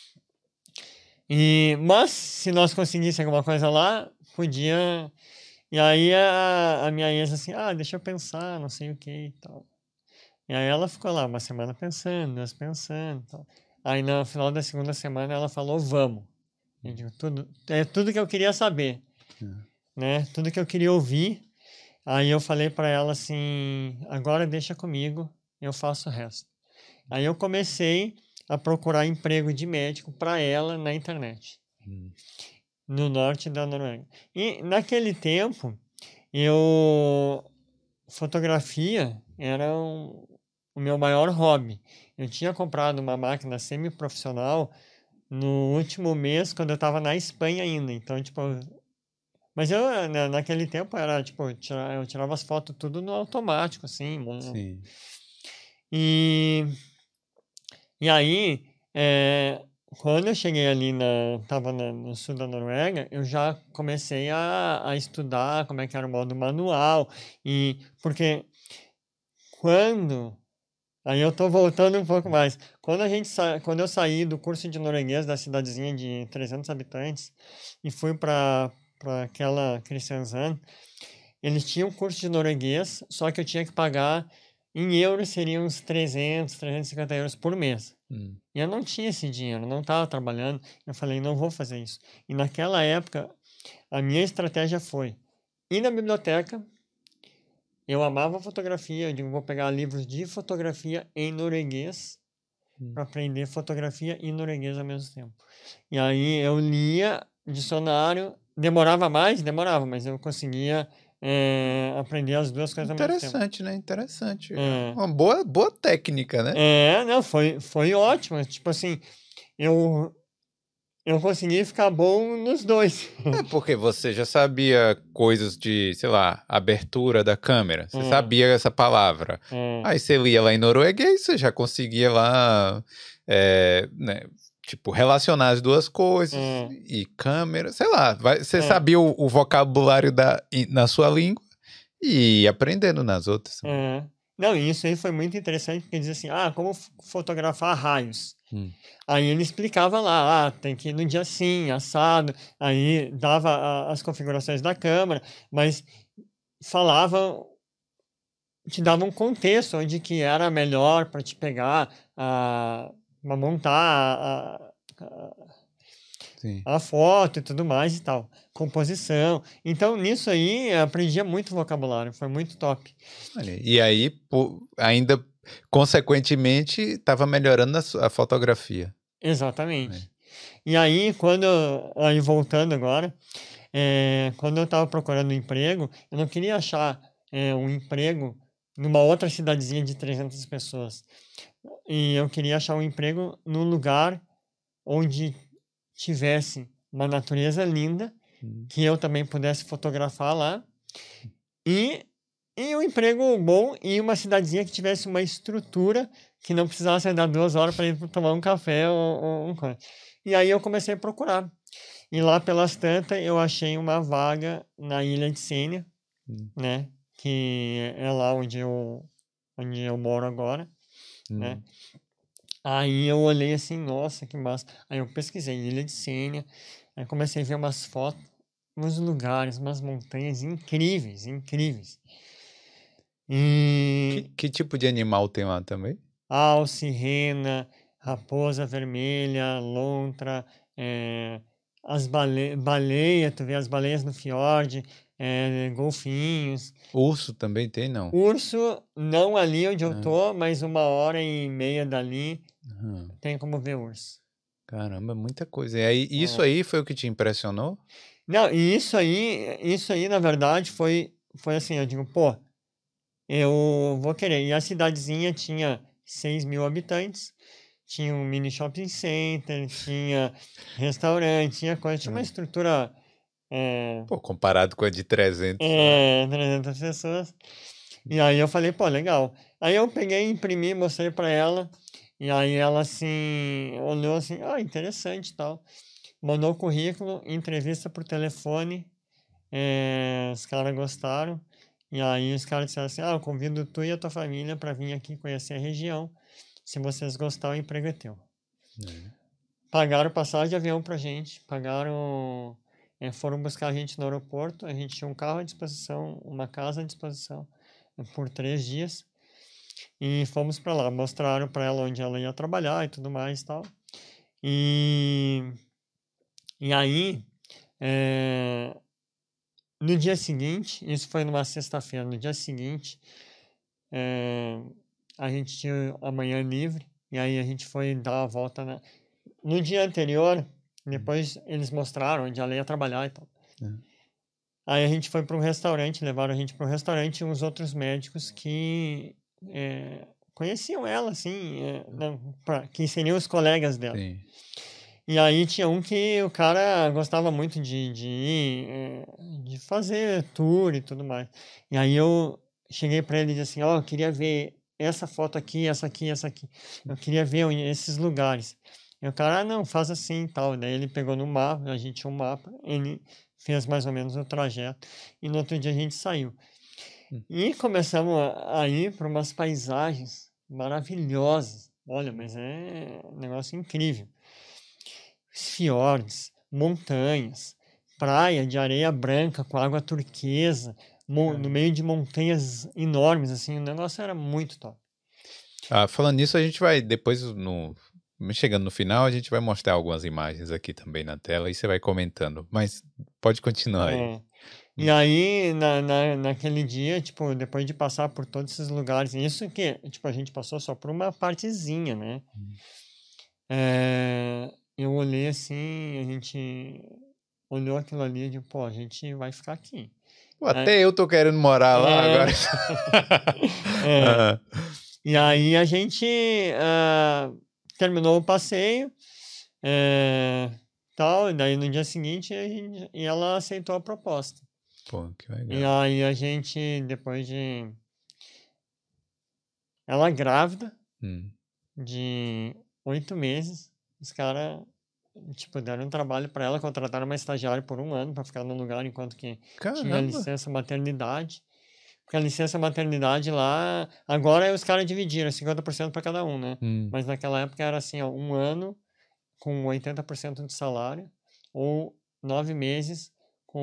Mas, se nós conseguíssemos alguma coisa lá, podia. E aí a minha ex assim, deixa eu pensar, não sei o que e tal. E aí ela ficou lá uma semana pensando, 2 pensando e tal. Aí no final da segunda semana ela falou, vamos. Eu digo, tudo que eu queria saber, né? Tudo que eu queria ouvir. Aí eu falei pra ela assim, agora deixa comigo, eu faço o resto. Aí eu comecei a procurar emprego de médico pra ela na internet. No norte da Noruega. E naquele tempo, fotografia era o meu maior hobby. Eu tinha comprado uma máquina semi-profissional no último mês, quando eu estava na Espanha ainda. Então, tipo, Mas naquele tempo era, tipo, eu tirava as fotos tudo no automático, assim. Sim. E aí, quando eu cheguei ali, tava no sul da Noruega, eu já comecei a estudar como é que era o modo manual. Porque quando... Aí eu tô voltando um pouco mais. Quando eu saí do curso de norueguês da cidadezinha de 300 habitantes e fui para aquela Kristiansand, eles tinham curso de norueguês, só que eu tinha que pagar em euros, seriam uns 350 euros por mês. E eu não tinha esse dinheiro, não estava trabalhando. Eu falei, não vou fazer isso. E naquela época, a minha estratégia foi ir na biblioteca. Eu amava fotografia, eu digo, vou pegar livros de fotografia em norueguês para aprender fotografia e norueguês ao mesmo tempo. E aí eu lia dicionário, demorava mais? Demorava, mas eu conseguia aprender as duas coisas ao mesmo tempo. Interessante, né? Interessante. Uma boa técnica, né? Não, foi ótimo. Tipo assim, eu consegui ficar bom nos dois. É porque você já sabia coisas de, sei lá, abertura da câmera. Você sabia essa palavra. Aí você lia lá em norueguês, você já conseguia lá, né, tipo, relacionar as duas coisas. E câmera, sei lá. Você sabia o vocabulário na sua língua e ia aprendendo nas outras. Não, e isso aí foi muito interessante, porque dizia assim, como fotografar raios. Aí ele explicava lá, tem que ir no dia assim, assado, aí dava as configurações da câmera, mas falava, te dava um contexto onde que era melhor para te pegar, para montar a foto e tudo mais e tal, composição. Então, nisso aí, eu aprendia muito vocabulário, foi muito top. E aí, ainda, consequentemente, estava melhorando a fotografia. Exatamente. E aí, aí voltando agora, quando eu estava procurando emprego, eu não queria achar um emprego numa outra cidadezinha de 300 pessoas. E eu queria achar um emprego num lugar onde tivesse uma natureza linda, que eu também pudesse fotografar lá, e um emprego bom e uma cidadezinha que tivesse uma estrutura que não precisasse andar 2 horas para ir tomar um café ou um coisa. E aí eu comecei a procurar. E lá pelas tantas eu achei uma vaga na Ilha de Sênia, né? Que é lá onde eu moro agora, né? Aí eu olhei assim, nossa, que massa. Aí eu pesquisei Ilha de Sênia, aí comecei a ver umas fotos, uns lugares, umas montanhas incríveis, incríveis. Que tipo de animal tem lá também? Alce, rena, raposa vermelha, lontra, as baleias, tu vê as baleias no fiord, golfinhos. Urso também tem, não? Urso, não ali onde eu tô, mas 1h30 dali tem como ver urso. Caramba, muita coisa. E aí, isso aí foi o que te impressionou? Não, e isso aí, na verdade, foi assim, eu digo, pô, eu vou querer. E a cidadezinha tinha 6.000 habitantes, tinha um mini shopping center, tinha restaurante, tinha coisa, tinha uma estrutura... Pô, comparado com a de 300. 300 pessoas. E aí eu falei, pô, legal. Aí eu peguei, imprimi, mostrei pra ela, e aí ela assim, olhou assim, interessante e tal. Mandou o currículo, entrevista por telefone, os caras gostaram. E aí os caras disseram assim, eu convido tu e a tua família para vir aqui conhecer a região. Se vocês gostarem, o emprego é teu. Pagaram passagem de avião pra gente, foram buscar a gente no aeroporto, a gente tinha um carro à disposição, uma casa à disposição, por 3 dias. E fomos para lá, mostraram para ela onde ela ia trabalhar e tudo mais e tal. E aí, no dia seguinte, isso foi numa sexta-feira, no dia seguinte, a gente tinha a manhã livre, e aí a gente foi dar a volta no dia anterior, depois eles mostraram onde ela ia trabalhar e tal. Aí a gente foi para um restaurante, levaram a gente para um restaurante e uns outros médicos que conheciam ela, assim, que seriam os colegas dela. Sim. E aí tinha um que o cara gostava muito de ir, de fazer tour e tudo mais. E aí eu cheguei pra ele e disse assim, ó, eu queria ver essa foto aqui, essa aqui, essa aqui. Eu queria ver esses lugares. E o cara, não, faz assim e tal. Daí ele pegou no mapa, a gente tinha um mapa, ele fez mais ou menos o trajeto. E no outro dia a gente saiu. Hum. E começamos a ir para umas paisagens maravilhosas. Olha, mas é um negócio incrível. Fiordes, montanhas, praia de areia branca com água turquesa, no meio de montanhas enormes, assim, o negócio era muito top. Falando nisso, a gente vai depois, chegando no final, a gente vai mostrar algumas imagens aqui também na tela e você vai comentando. Mas pode continuar aí. E aí, naquele dia, tipo, depois de passar por todos esses lugares, isso que, tipo, a gente passou só por uma partezinha, né? Eu olhei assim, a gente olhou aquilo ali e disse, pô, a gente vai ficar aqui. Pô, até eu tô querendo morar lá agora. E aí a gente terminou o passeio, tal, e daí no dia seguinte e ela aceitou a proposta. Pô, que E legal. aí a gente, depois de... Ela grávida, de 8 meses, os caras, tipo, deram um trabalho para ela, contrataram uma estagiária por 1 ano para ficar no lugar enquanto que tinha Caramba! licença maternidade. Porque a licença maternidade lá, agora os caras dividiram 50% para cada um, né? Mas naquela época era assim, ó, 1 ano com 80% de salário ou 9 meses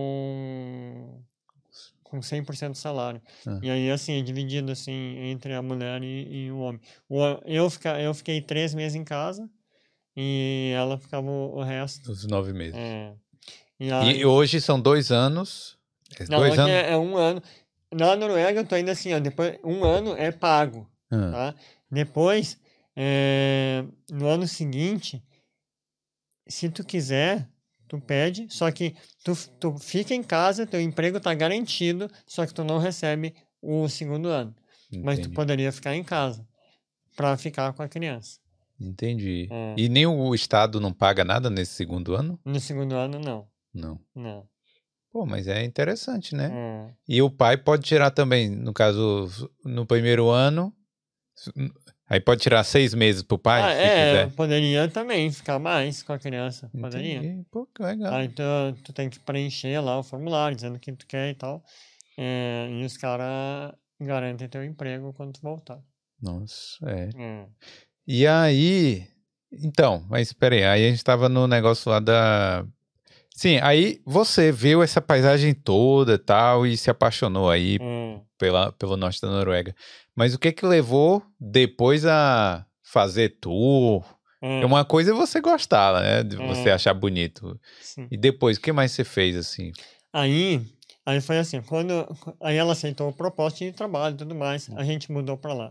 com 100% de salário. E aí, assim, é dividido, assim, entre a mulher e o homem. Eu fiquei 3 meses em casa e ela ficava o resto. Os 9 meses. E E aí... hoje são 2 anos. Não, 2 hoje anos? é 1 ano. Na Noruega eu tô ainda assim, ó, depois 1 ano é pago, tá? Depois, no ano seguinte, se tu quiser, tu pede, só que tu fica em casa, teu emprego tá garantido, só que tu não recebe o segundo ano. Mas tu Entendi. poderia ficar em casa pra ficar com a criança. Entendi. E nem o Estado não paga nada nesse segundo ano? No segundo ano, não. Não. Não. Pô, mas é interessante, né? E o pai pode tirar também, no caso, no primeiro ano. Aí pode tirar 6 meses pro pai, se quiser. Poderia também ficar mais com a criança. Poderia. Entendi. Pô, que legal. Aí tu tem que preencher lá o formulário, dizendo que tu quer e tal. E os caras garantem teu emprego quando tu voltar. Nossa, E aí... Então, mas espera aí a gente tava no negócio lá da... Sim, aí você viu essa paisagem toda e tal e se apaixonou aí pelo norte da Noruega. Mas o que que levou depois a fazer tour? Uma coisa é você gostar, né? De você achar bonito. Sim. E depois, o que mais você fez assim? Aí foi assim, aí ela aceitou a proposta de trabalho e tudo mais, a gente mudou pra lá.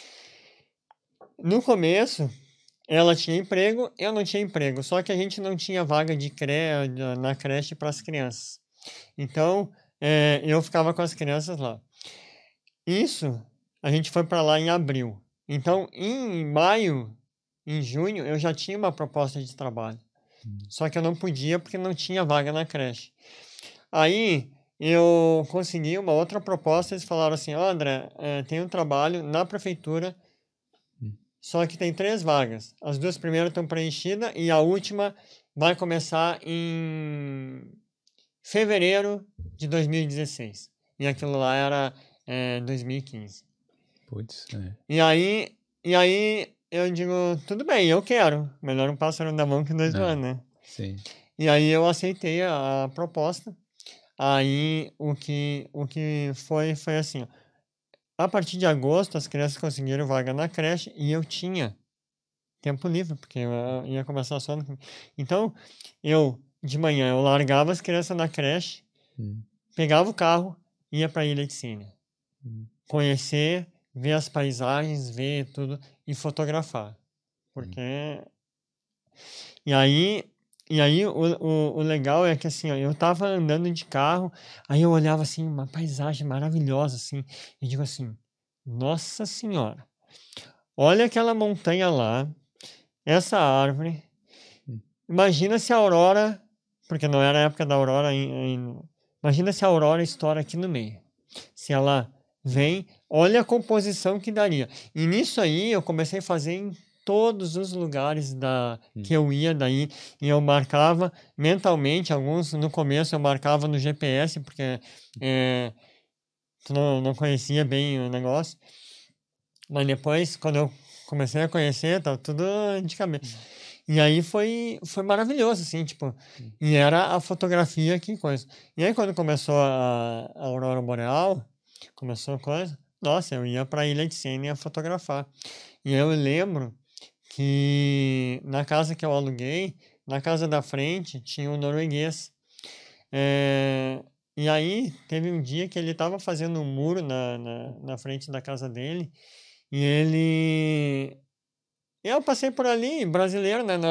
No começo, ela tinha emprego, eu não tinha emprego, só que a gente não tinha vaga na creche para as crianças. Então, eu ficava com as crianças lá. Isso, a gente foi para lá em abril. Então, em maio, em junho, eu já tinha uma proposta de trabalho. Só que eu não podia porque não tinha vaga na creche. Aí, eu consegui uma outra proposta, eles falaram assim, ó, André, tem um trabalho na prefeitura, só que tem 3 vagas. As 2 primeiras estão preenchidas e a última vai começar em fevereiro de 2016. E aquilo lá era 2015. Putz, E aí eu digo, tudo bem, eu quero. Melhor um pássaro na mão que 2 voando, né? Sim. E aí eu aceitei a proposta. Aí o que foi assim, ó. A partir de agosto, as crianças conseguiram vaga na creche e eu tinha tempo livre, porque eu ia começar só no... Então, de manhã, eu largava as crianças na creche, pegava o carro, ia para a Ilha de Sina. Conhecer, ver as paisagens, ver tudo e fotografar. Porque... E aí o legal é que assim, ó, eu tava andando de carro, aí eu olhava assim, uma paisagem maravilhosa, assim, e digo assim, nossa senhora, olha aquela montanha lá, essa árvore, imagina se a aurora, porque não era a época da aurora ainda, imagina se a aurora estoura aqui no meio. Se ela vem, olha a composição que daria. E nisso aí eu comecei a fazer em todos os lugares que eu ia daí, e eu marcava mentalmente, alguns no começo eu marcava no GPS, porque tu não conhecia bem o negócio, mas depois, quando eu comecei a conhecer, tá tudo de cabeça. E aí foi maravilhoso, assim, tipo, e era a fotografia que coisa. E aí quando começou a aurora boreal, começou a coisa, nossa, eu ia pra Ilha de Sena fotografar. E eu lembro que na casa que eu aluguei, na casa da frente, tinha um norueguês. E aí teve um dia que ele estava fazendo um muro na frente da casa dele, e ele... Eu passei por ali, brasileiro, né?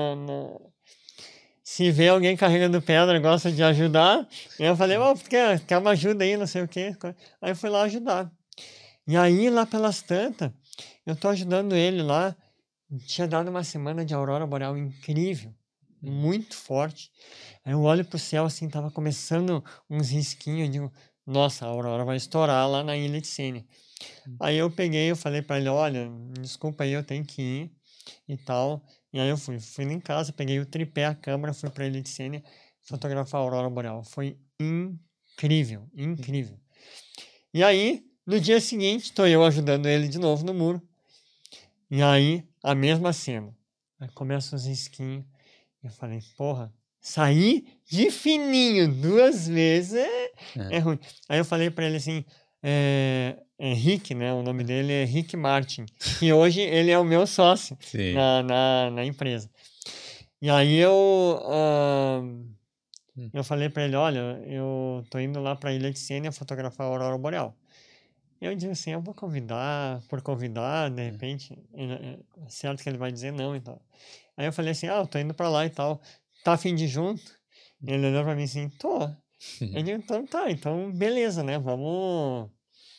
Se vê alguém carregando pedra, gosta de ajudar. E eu falei, oh, quer uma ajuda aí, não sei o quê. Aí eu fui lá ajudar. E aí, lá pelas tantas, eu tô ajudando ele lá. Tinha dado uma semana de aurora boreal incrível, muito forte. Aí eu olho pro céu, assim, tava começando uns risquinhos. Eu digo, nossa, a aurora vai estourar lá na Ilha de Sena. Aí eu peguei, eu falei pra ele, olha, desculpa aí, eu tenho que ir e tal. E aí eu fui lá em casa, peguei o tripé, a câmera, fui pra Ilha de Sena fotografar a aurora boreal. Foi incrível, incrível. E aí, no dia seguinte, tô eu ajudando ele de novo no muro. E aí, a mesma cena. Aí começa os risquinhos. Eu falei, porra, sair de fininho 2 vezes é ruim. Aí eu falei pra ele assim, Rick, né? O nome dele é Rick Martin. E hoje ele é o meu sócio na empresa. E aí eu falei pra ele, olha, eu tô indo lá pra Ilha de Sena fotografar a aurora boreal. Eu disse assim, eu vou convidar, por convidar, de repente, certo que ele vai dizer não e tal. Aí eu falei assim, eu tô indo pra lá e tal, tá a fim de ir junto? Ele olhou pra mim assim, tô. Eu digo, então tá, então beleza, né, vamos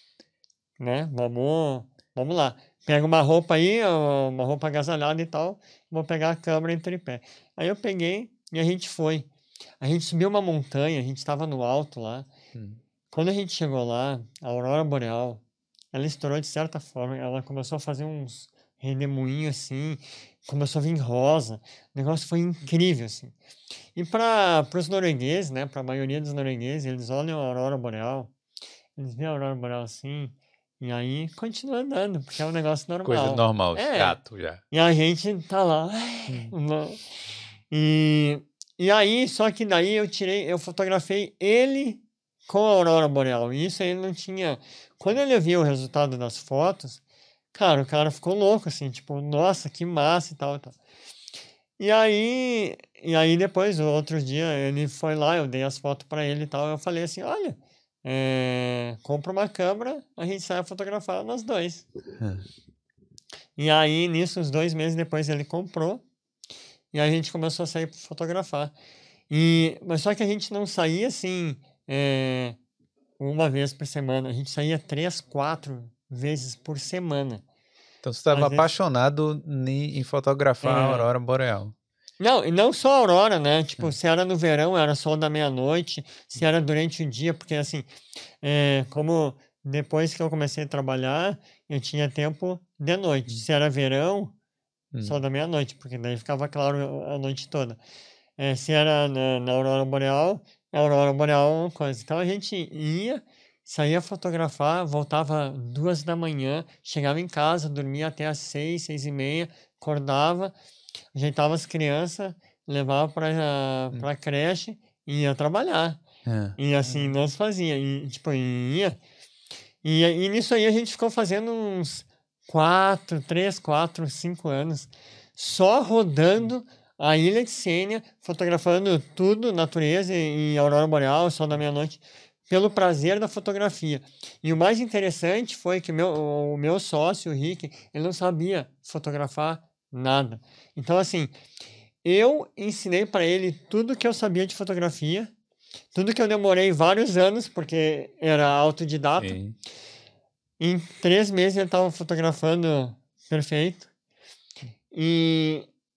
lá. Pega uma roupa aí, uma roupa agasalhada e tal, vou pegar a câmera e tripé. Aí eu peguei e a gente foi. A gente subiu uma montanha, a gente tava no alto lá. Quando a gente chegou lá, a aurora boreal, ela estourou de certa forma, ela começou a fazer uns redemoinhos assim, começou a vir rosa, o negócio foi incrível assim. E para os noruegueses, né, para a maioria dos noruegueses, eles olham a aurora boreal, eles veem a aurora boreal assim, e aí continua andando, porque é um negócio Coisa normal. normal, chato já. E a gente tá lá, e aí, só que daí eu fotografei ele com a aurora boreal. E isso aí não tinha. Quando ele viu o resultado das fotos, cara, o cara ficou louco, assim, tipo, nossa, que massa e tal, e tal. E aí depois, o outro dia, ele foi lá, eu dei as fotos pra ele e tal. Eu falei assim: olha, compra uma câmera, a gente sai a fotografar nós dois. E aí, nisso, uns 2 meses depois, ele comprou. E aí a gente começou a sair para fotografar. Mas só que a gente não saía assim, uma vez por semana. A gente saía 3, 4 vezes por semana. Então você estava Às vezes, apaixonado em fotografar a aurora boreal. Não, e não só a aurora, né? Tipo, se era no verão, era sol da meia-noite. Se era durante o dia, porque assim, como depois que eu comecei a trabalhar, eu tinha tempo de noite. Se era verão, sol da meia-noite, porque daí ficava claro a noite toda. Se era na aurora boreal, a aurora boreal é uma coisa. Então a gente ia, saía fotografar, voltava 2 da manhã, chegava em casa, dormia até às 6, 6h30, acordava, ajeitava as crianças, levava para creche e ia trabalhar. E assim nós fazia. E tipo, ia. E nisso aí a gente ficou fazendo uns 3, 4, 5 anos, só rodando a Ilha de Sena, fotografando tudo, natureza e aurora boreal, sol da meia-noite, pelo prazer da fotografia. E o mais interessante foi que o meu sócio, o Rick, ele não sabia fotografar nada. Então, assim, eu ensinei para ele tudo que eu sabia de fotografia, tudo que eu demorei vários anos, porque era autodidata. Sim. Em 3 meses ele estava fotografando perfeito. E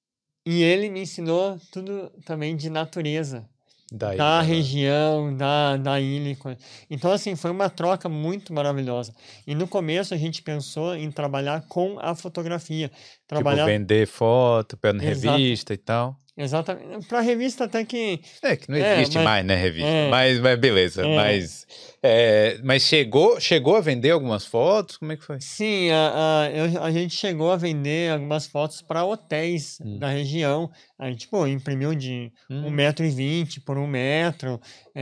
E ele me ensinou tudo também de natureza, Da da ilha lá. região, da ilha. Então, assim, foi uma troca muito maravilhosa. E no começo a gente pensou em trabalhar com a fotografia. Tipo, Trabalhar vender foto, pé na exata, revista e tal. exatamente. Para revista até que... É, que não É, existe mas... mais, né, revista. É, Mas beleza. é, Mas chegou a vender algumas fotos? Como é que foi? sim, a gente chegou a vender algumas fotos para hotéis Hum. da região. A gente, pô, imprimiu de 1,20 m por 1 m,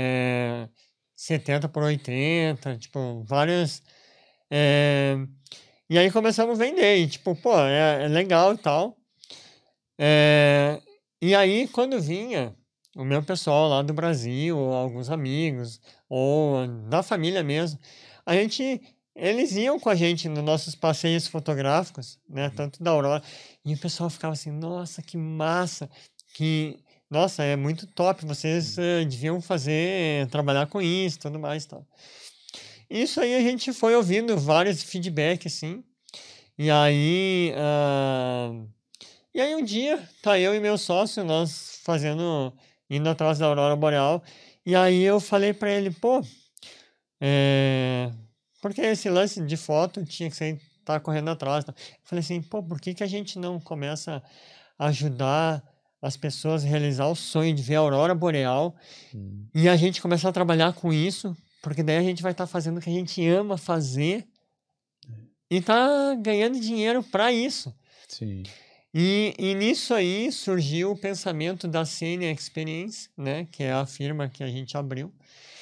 70 por 80, tipo, várias. é, E aí começamos a vender, e, tipo, pô, é legal e tal. É, E aí, quando vinha o meu pessoal lá do Brasil, ou alguns amigos, ou da família mesmo, a gente, eles iam com a gente nos nossos passeios fotográficos, né, tanto da Aurora, e o pessoal ficava assim, nossa, que massa, que, nossa, é muito top, vocês deviam fazer, trabalhar com isso, tudo mais e tal. Isso aí a gente foi ouvindo vários feedbacks, assim, e aí... E aí um dia, tá eu e meu sócio, nós indo atrás da aurora boreal, e aí eu falei pra ele, pô, é... porque esse lance de foto tinha que ser, tá correndo atrás, tá? Eu falei assim, pô, por que que a gente não começa a ajudar as pessoas a realizar o sonho de ver a aurora boreal e a gente começar a trabalhar com isso, porque daí a gente vai estar fazendo o que a gente ama fazer e tá ganhando dinheiro pra isso. Sim. E nisso aí surgiu o pensamento da CN Experience, né, que é a firma que a gente abriu.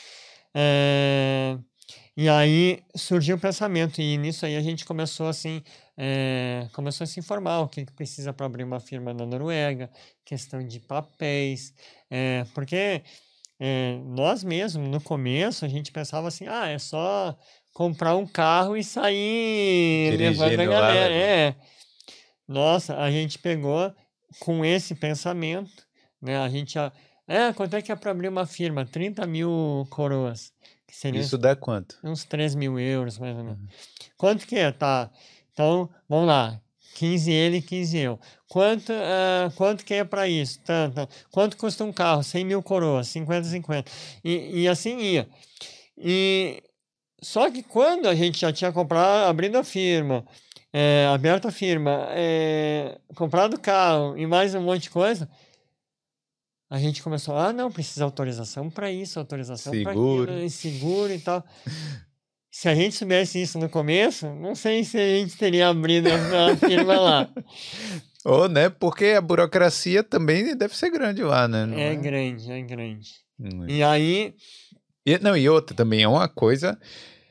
E aí surgiu o pensamento, e nisso aí a gente começou assim, começou a se informar o que que precisa para abrir uma firma na Noruega, questão de papéis, porque nós mesmos, no começo, a gente pensava assim, é só comprar um carro e sair levando a Dirigindo lá, galera. levando. Nossa, a gente pegou com esse pensamento, né? A gente, quanto é que é para abrir uma firma? 30.000 coroas, que seriam Isso dá quanto? uns 3.000 euros, mais ou menos. Quanto que é? Tá. Então, vamos lá. 15 ele, 15 eu. Quanto que é para isso? Tanto. Quanto custa um carro? 100.000 coroas, 50, 50. E assim ia. E só que quando a gente já tinha comprado, abrindo a firma, aberto a firma, comprado o carro e mais um monte de coisa, a gente começou, não, precisa autorização para isso, autorização para aquilo, Seguro. e seguro e tal. Se a gente soubesse isso no começo, não sei se a gente teria abrido a firma lá. Ou, né? Porque a burocracia também deve ser grande lá, né? Não É é? grande, é grande. Não é. E aí, E outra também é uma coisa.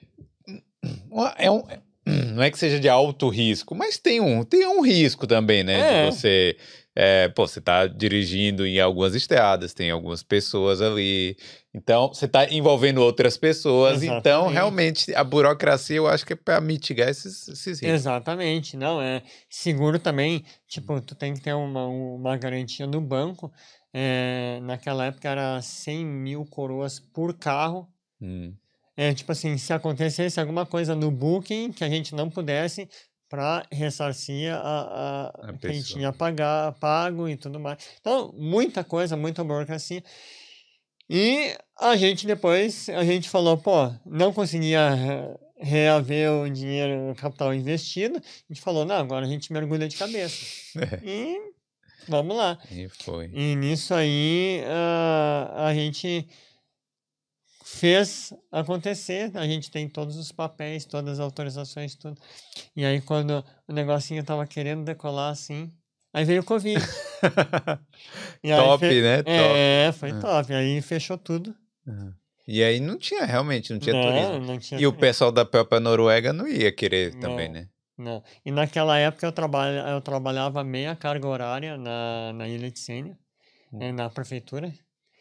Não é que seja de alto risco, mas tem um risco também, né? De você. Você tá dirigindo em algumas estradas, tem algumas pessoas ali. Então, você tá envolvendo outras pessoas. Então, exatamente. realmente, a burocracia eu acho que é para mitigar esses riscos. Exatamente, não é seguro também, tipo, tu tem que ter uma garantia no banco, naquela época era 100.000 coroas por carro, Hum, tipo assim, se acontecesse alguma coisa no Booking que a gente não pudesse, para ressarcir a quem pessoa. tinha pago e tudo mais. Então, muita coisa, muita burocracia. E a gente falou, pô, não conseguia reaver o dinheiro, o capital investido. A gente falou, não, agora a gente mergulha de cabeça. E vamos lá. E foi. E nisso aí a gente fez acontecer. A gente tem todos os papéis, todas as autorizações, tudo. E aí quando o negocinho tava querendo decolar assim, aí veio o Covid. E aí Top, né? Top. foi top. Aí fechou tudo. Uhum. E aí realmente não tinha turismo. Não, não tinha E o turismo. pessoal da própria Noruega não ia querer também, Não, né? não. E naquela época eu trabalhava meia carga horária na Ilha de Sênia, na prefeitura.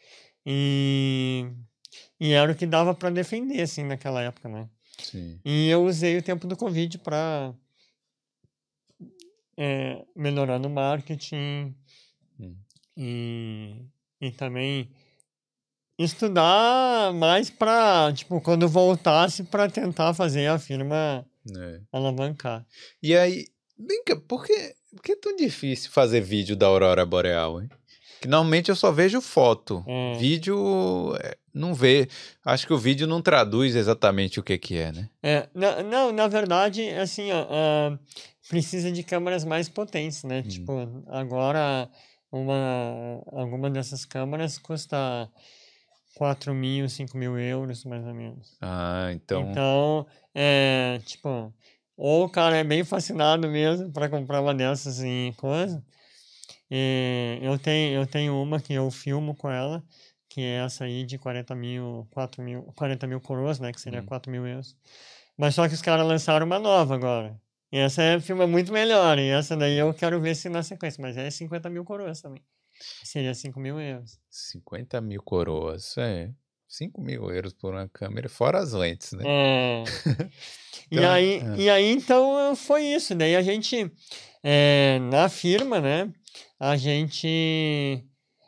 E, e era o que dava para defender, assim, naquela época, né? Sim. E eu usei o tempo do Covid para melhorar no marketing Hum. e também estudar mais para, tipo, quando voltasse para tentar fazer a firma É. alavancar. E aí, vem cá, porque Por que é tão difícil fazer vídeo da aurora boreal, hein? Que normalmente eu só vejo foto. Vídeo, não vê. Acho que o vídeo não traduz exatamente o que é, né? Não, na verdade, assim, ó, precisa de câmeras mais potentes, né? Tipo, agora alguma dessas câmeras custa 4.000, 5.000 euros, mais ou menos. Ah, então... Então, tipo, ou o cara é bem fascinado mesmo para comprar uma dessas em coisa. Eu tenho uma que eu filmo com ela, que é essa aí de 40 mil coroas, né? Que seria 4.000 euros. Mas só que os caras lançaram uma nova agora. E essa filma muito melhor. E essa daí eu quero ver se na sequência. Mas é 50 mil coroas também. Seria 5.000 euros. 50 mil coroas, 5 mil euros por uma câmera, fora as lentes, né? E aí, então, foi isso. Daí a gente, na firma, né? A gente,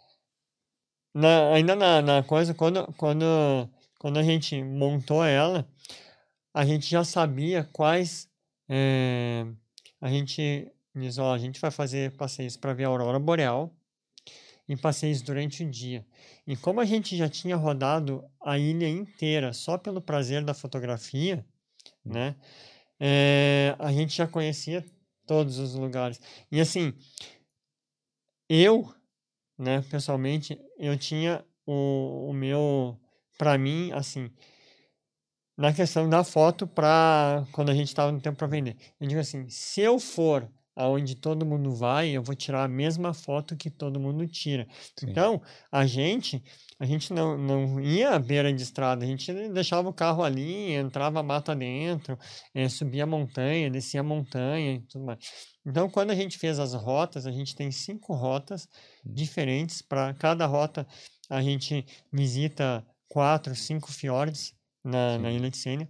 ainda na coisa, quando a gente montou ela, a gente já sabia quais. A gente diz: ó, a gente vai fazer passeios para ver a aurora boreal e passeios durante o dia. E como a gente já tinha rodado a ilha inteira só pelo prazer da fotografia, né? A gente já conhecia todos os lugares. E assim, eu, né, pessoalmente, eu tinha o meu, para mim, assim, na questão da foto para quando a gente estava no tempo para vender. Eu digo assim, se eu for aonde todo mundo vai, eu vou tirar a mesma foto que todo mundo tira. Sim. Então, a gente não ia à beira de estrada, a gente deixava o carro ali, entrava mata dentro, subia a montanha, descia a montanha e tudo mais. Então, quando a gente fez as rotas, a gente tem 5 rotas diferentes. Para cada rota, a gente visita 4, 5 fiordes na Ilha de Sênia.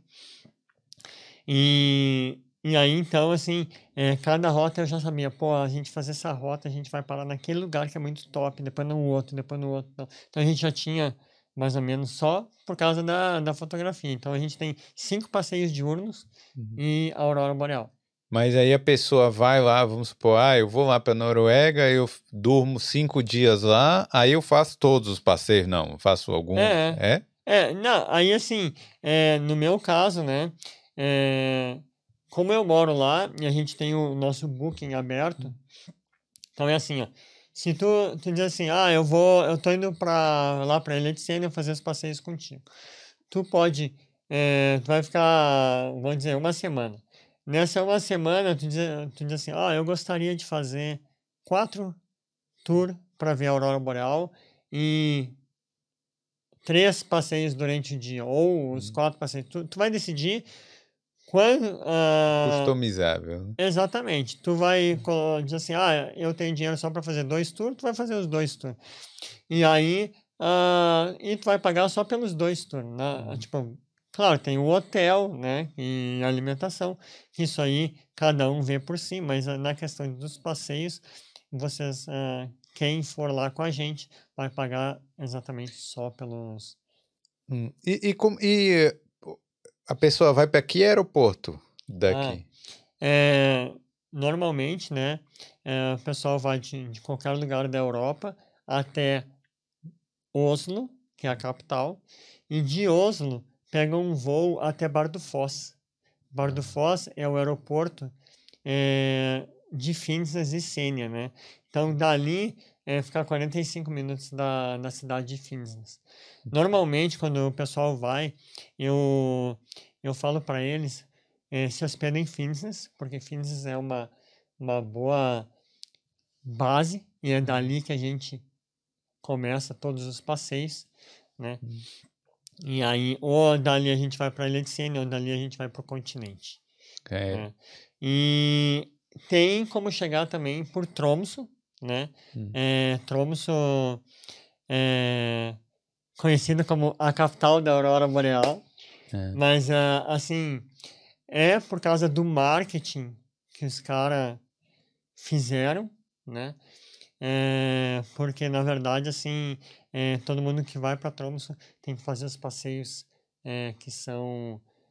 E aí, então, assim, cada rota eu já sabia, pô, a gente fazer essa rota, a gente vai parar naquele lugar que é muito top, depois no outro, depois no outro. Então, a gente já tinha, mais ou menos, só por causa da fotografia. Então, a gente tem 5 passeios diurnos e a aurora boreal. Mas aí a pessoa vai lá, vamos supor, eu vou lá para Noruega, eu durmo 5 dias lá, aí eu faço todos os passeios, não, faço algum, Não, aí assim, no meu caso, né, como eu moro lá e a gente tem o nosso Booking aberto, então é assim, ó, se tu diz assim, eu tô indo lá pra Ilha de Sênia fazer os passeios contigo. Tu pode, tu vai ficar, vamos dizer, uma semana. Nessa uma semana, tu diz assim, eu gostaria de fazer 4 tours para ver a aurora boreal e 3 passeios durante o dia, ou os 4 passeios. Tu vai decidir quando. Customizável, né? Exatamente. Tu vai dizer assim: eu tenho dinheiro só para fazer 2 tours, tu vai fazer os 2 tours. E aí. E tu vai pagar só pelos 2 tours. Né? Tipo, claro, tem o hotel, né? E a alimentação. Isso aí cada um vê por si, mas na questão dos passeios, vocês. Quem for lá com a gente vai pagar exatamente só pelos. E a pessoa vai para que aeroporto daqui? Normalmente, né, o pessoal vai de qualquer lugar da Europa até Oslo, que é a capital, e de Oslo pega um voo até Bardufoss. Bardufoss é o aeroporto de Finnsnes e Senja, né? Então, dali fica 45 minutos da cidade de Finnsnes. Normalmente, quando o pessoal vai, eu falo para eles se hospedem em Finnsnes, porque Finnsnes é uma boa base e é dali que a gente começa todos os passeios, né? E aí, ou dali a gente vai para a Ilha de Sênia, ou dali a gente vai para o continente. Né? E tem como chegar também por Tromsø, né? Tromsø é conhecida como a capital da aurora boreal, mas assim, por causa do marketing que os caras fizeram, né? Porque na verdade, assim, todo mundo que vai para Tromsø tem que fazer os passeios que são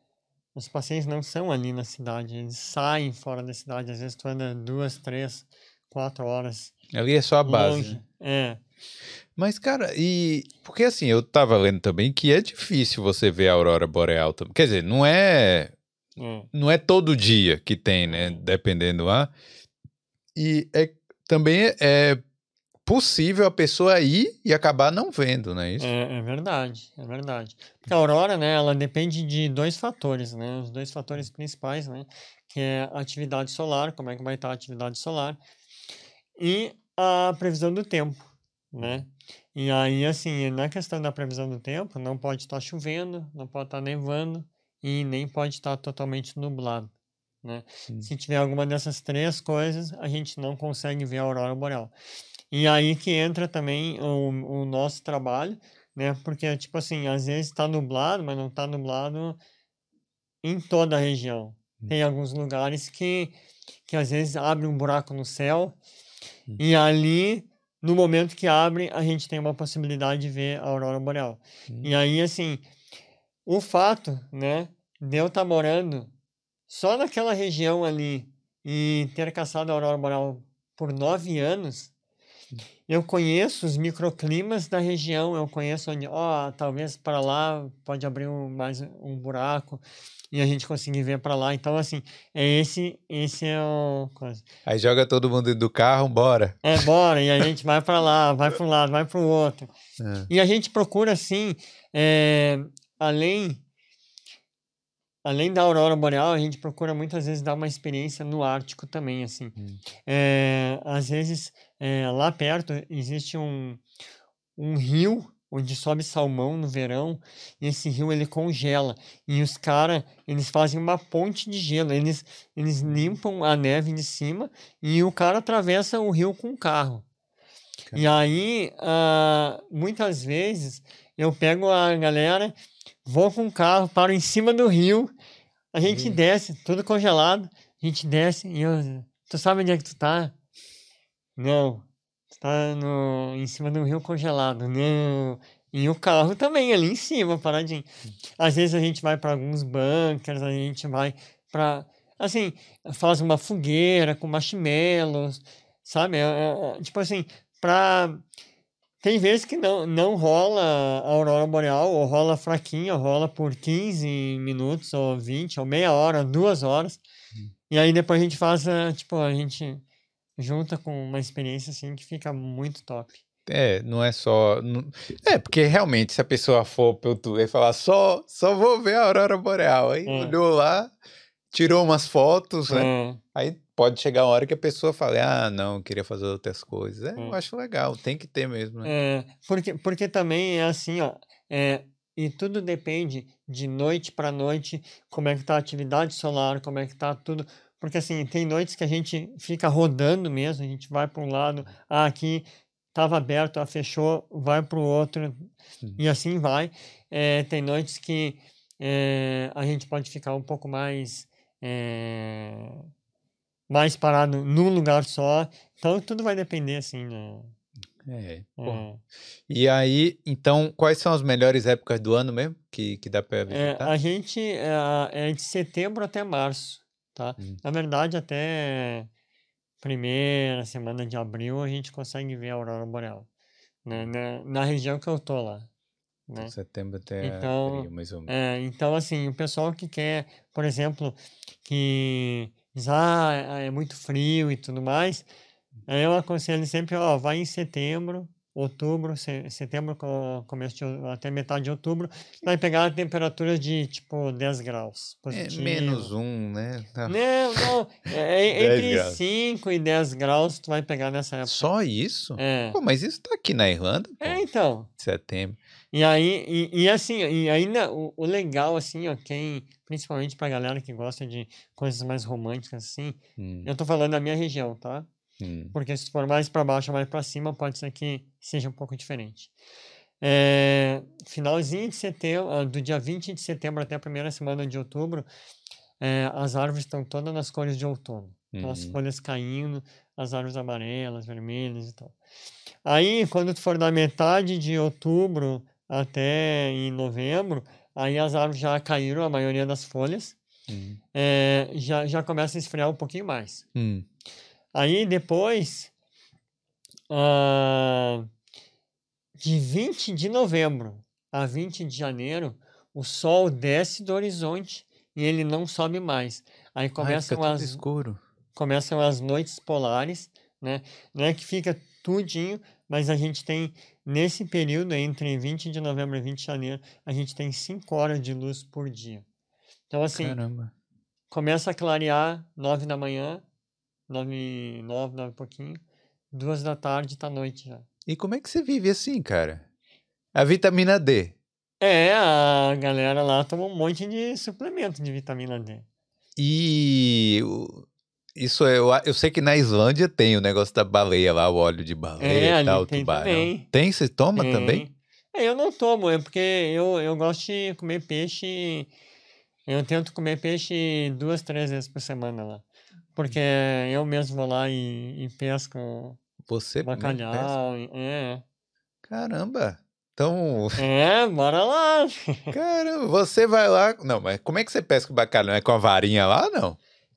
Os passeios não são ali na cidade, eles saem fora da cidade. Às vezes tu anda 2, 3, 4 horas Ali é só a base, né? longe. É. Mas, cara, porque assim, eu tava lendo também que é difícil você ver a aurora boreal também. Quer dizer, não é todo dia que tem, né? Dependendo lá. E também é possível a pessoa ir e acabar não vendo, não é isso? É verdade, é verdade. Porque a aurora, né, ela depende de 2 fatores, né? Os 2 fatores principais, né? Que é a atividade solar, como é que vai estar a atividade solar, e a previsão do tempo, né? E aí, assim, na questão da previsão do tempo, não pode estar chovendo, não pode estar nevando e nem pode estar totalmente nublado, né? Se tiver alguma dessas 3 coisas, a gente não consegue ver a aurora boreal. E aí que entra também o nosso trabalho, né? Porque, tipo assim, às vezes está nublado, mas não está nublado em toda a região. Tem alguns lugares que às vezes abre um buraco no céu e ali, no momento que abre, a gente tem uma possibilidade de ver a aurora boreal. E aí, assim, o fato, né, de eu estar morando só naquela região ali e ter caçado a aurora boreal por 9 anos, eu conheço os microclimas da região, eu conheço onde, talvez para lá pode abrir mais um buraco e a gente conseguir ver para lá. Então, assim, esse é o coisa. Aí joga todo mundo dentro do carro, bora. Bora, e a gente vai para lá, vai para um lado, vai para o outro. E a gente procura, assim, além da aurora boreal, a gente procura muitas vezes dar uma experiência no Ártico também, assim. Às vezes, lá perto existe um rio onde sobe salmão no verão, e esse rio ele congela. E os caras, eles fazem uma ponte de gelo, eles limpam a neve de cima e o cara atravessa o rio com o carro. E aí, muitas vezes, eu pego a galera, vou com o carro, paro em cima do rio, a gente desce, tudo congelado, a gente desce e tu sabe onde é que tu tá? Não. Tu tá em cima do rio congelado. Não. E o carro também ali em cima, paradinho. Às vezes a gente vai para alguns bunkers, a gente vai para, assim, faz uma fogueira com marshmallows, sabe? Tipo assim, pra... Tem vezes que não rola a aurora boreal, ou rola fraquinha, rola por 15 minutos, ou 20, ou meia hora, 2 horas. E aí depois a gente faz, tipo, a gente junta com uma experiência assim que fica muito top. Não é só. Porque realmente, se a pessoa for pro YouTube e falar só vou ver a aurora boreal, aí olhou lá, tirou umas fotos, né? Aí pode chegar uma hora que a pessoa fala, não, eu queria fazer outras coisas. Eu acho legal, tem que ter mesmo, né? Porque também é assim, ó, e tudo depende de noite para noite, como é que tá a atividade solar, como é que tá tudo. Porque assim, tem noites que a gente fica rodando mesmo, a gente vai para um lado, aqui estava aberto, fechou, vai para o outro, e assim vai. Tem noites que a gente pode ficar um pouco mais parado num lugar só. Então tudo vai depender, assim, né? E aí, então, quais são as melhores épocas do ano mesmo que dá para visitar? A gente é de setembro até março, tá? Na verdade, até primeira semana de abril a gente consegue ver a aurora boreal, né? Na região que eu tô lá, Então, né? setembro até Então, abril, mais ou menos. então assim, o pessoal que quer, por exemplo, que diz, é muito frio e tudo mais, aí eu aconselho sempre, vai em setembro, outubro, setembro, começo até metade de outubro, vai pegar a temperatura de, tipo, 10 graus Menos positivo. 1, né? Não, 10 entre graus. 5 e 10 graus tu vai pegar nessa época. Só isso? Pô, mas isso tá aqui na Irlanda, pô. Então. Setembro. E aí, assim, e ainda o legal, assim, ó, principalmente pra galera que gosta de coisas mais românticas, assim, eu tô falando da minha região, tá? Porque se for mais pra baixo ou mais pra cima, pode ser que seja um pouco diferente. Finalzinho de setembro, do dia 20 de setembro até a primeira semana de outubro, as árvores estão todas nas cores de outono. Então, as folhas caindo, as árvores amarelas, vermelhas e tal. Aí, quando tu for da metade de outubro até em novembro, aí as árvores já caíram, a maioria das folhas, já começa a esfriar um pouquinho mais. Hum. Aí depois, de 20 de novembro a 20 de janeiro, o sol desce do horizonte e ele não sobe mais. Aí Ai, fica tudo escuro. começam as noites polares, né? Não é que fica tudinho, mas a gente tem, nesse período, entre 20 de novembro e 20 de janeiro, a gente tem 5 horas de luz por dia. Então, assim, Caramba. começa a clarear 9 da manhã, 9 e pouquinho, 2 da tarde tá noite já. E como é que você vive assim, cara? A vitamina D. A galera lá toma um monte de suplemento de vitamina D. E isso eu sei que na Islândia tem o negócio da baleia lá, o óleo de baleia e Ali tal, tem tubarão. também. Tem? Você toma também? Eu não tomo, é porque eu gosto de comer peixe. Eu tento comer peixe 2, 3 vezes por semana lá. Porque eu mesmo vou lá e pesco Você mesmo pesca? bacalhau. Caramba. Então, Bora lá. caramba, você vai lá. Não, mas como é que você pesca o bacalhau? É com a varinha lá, não?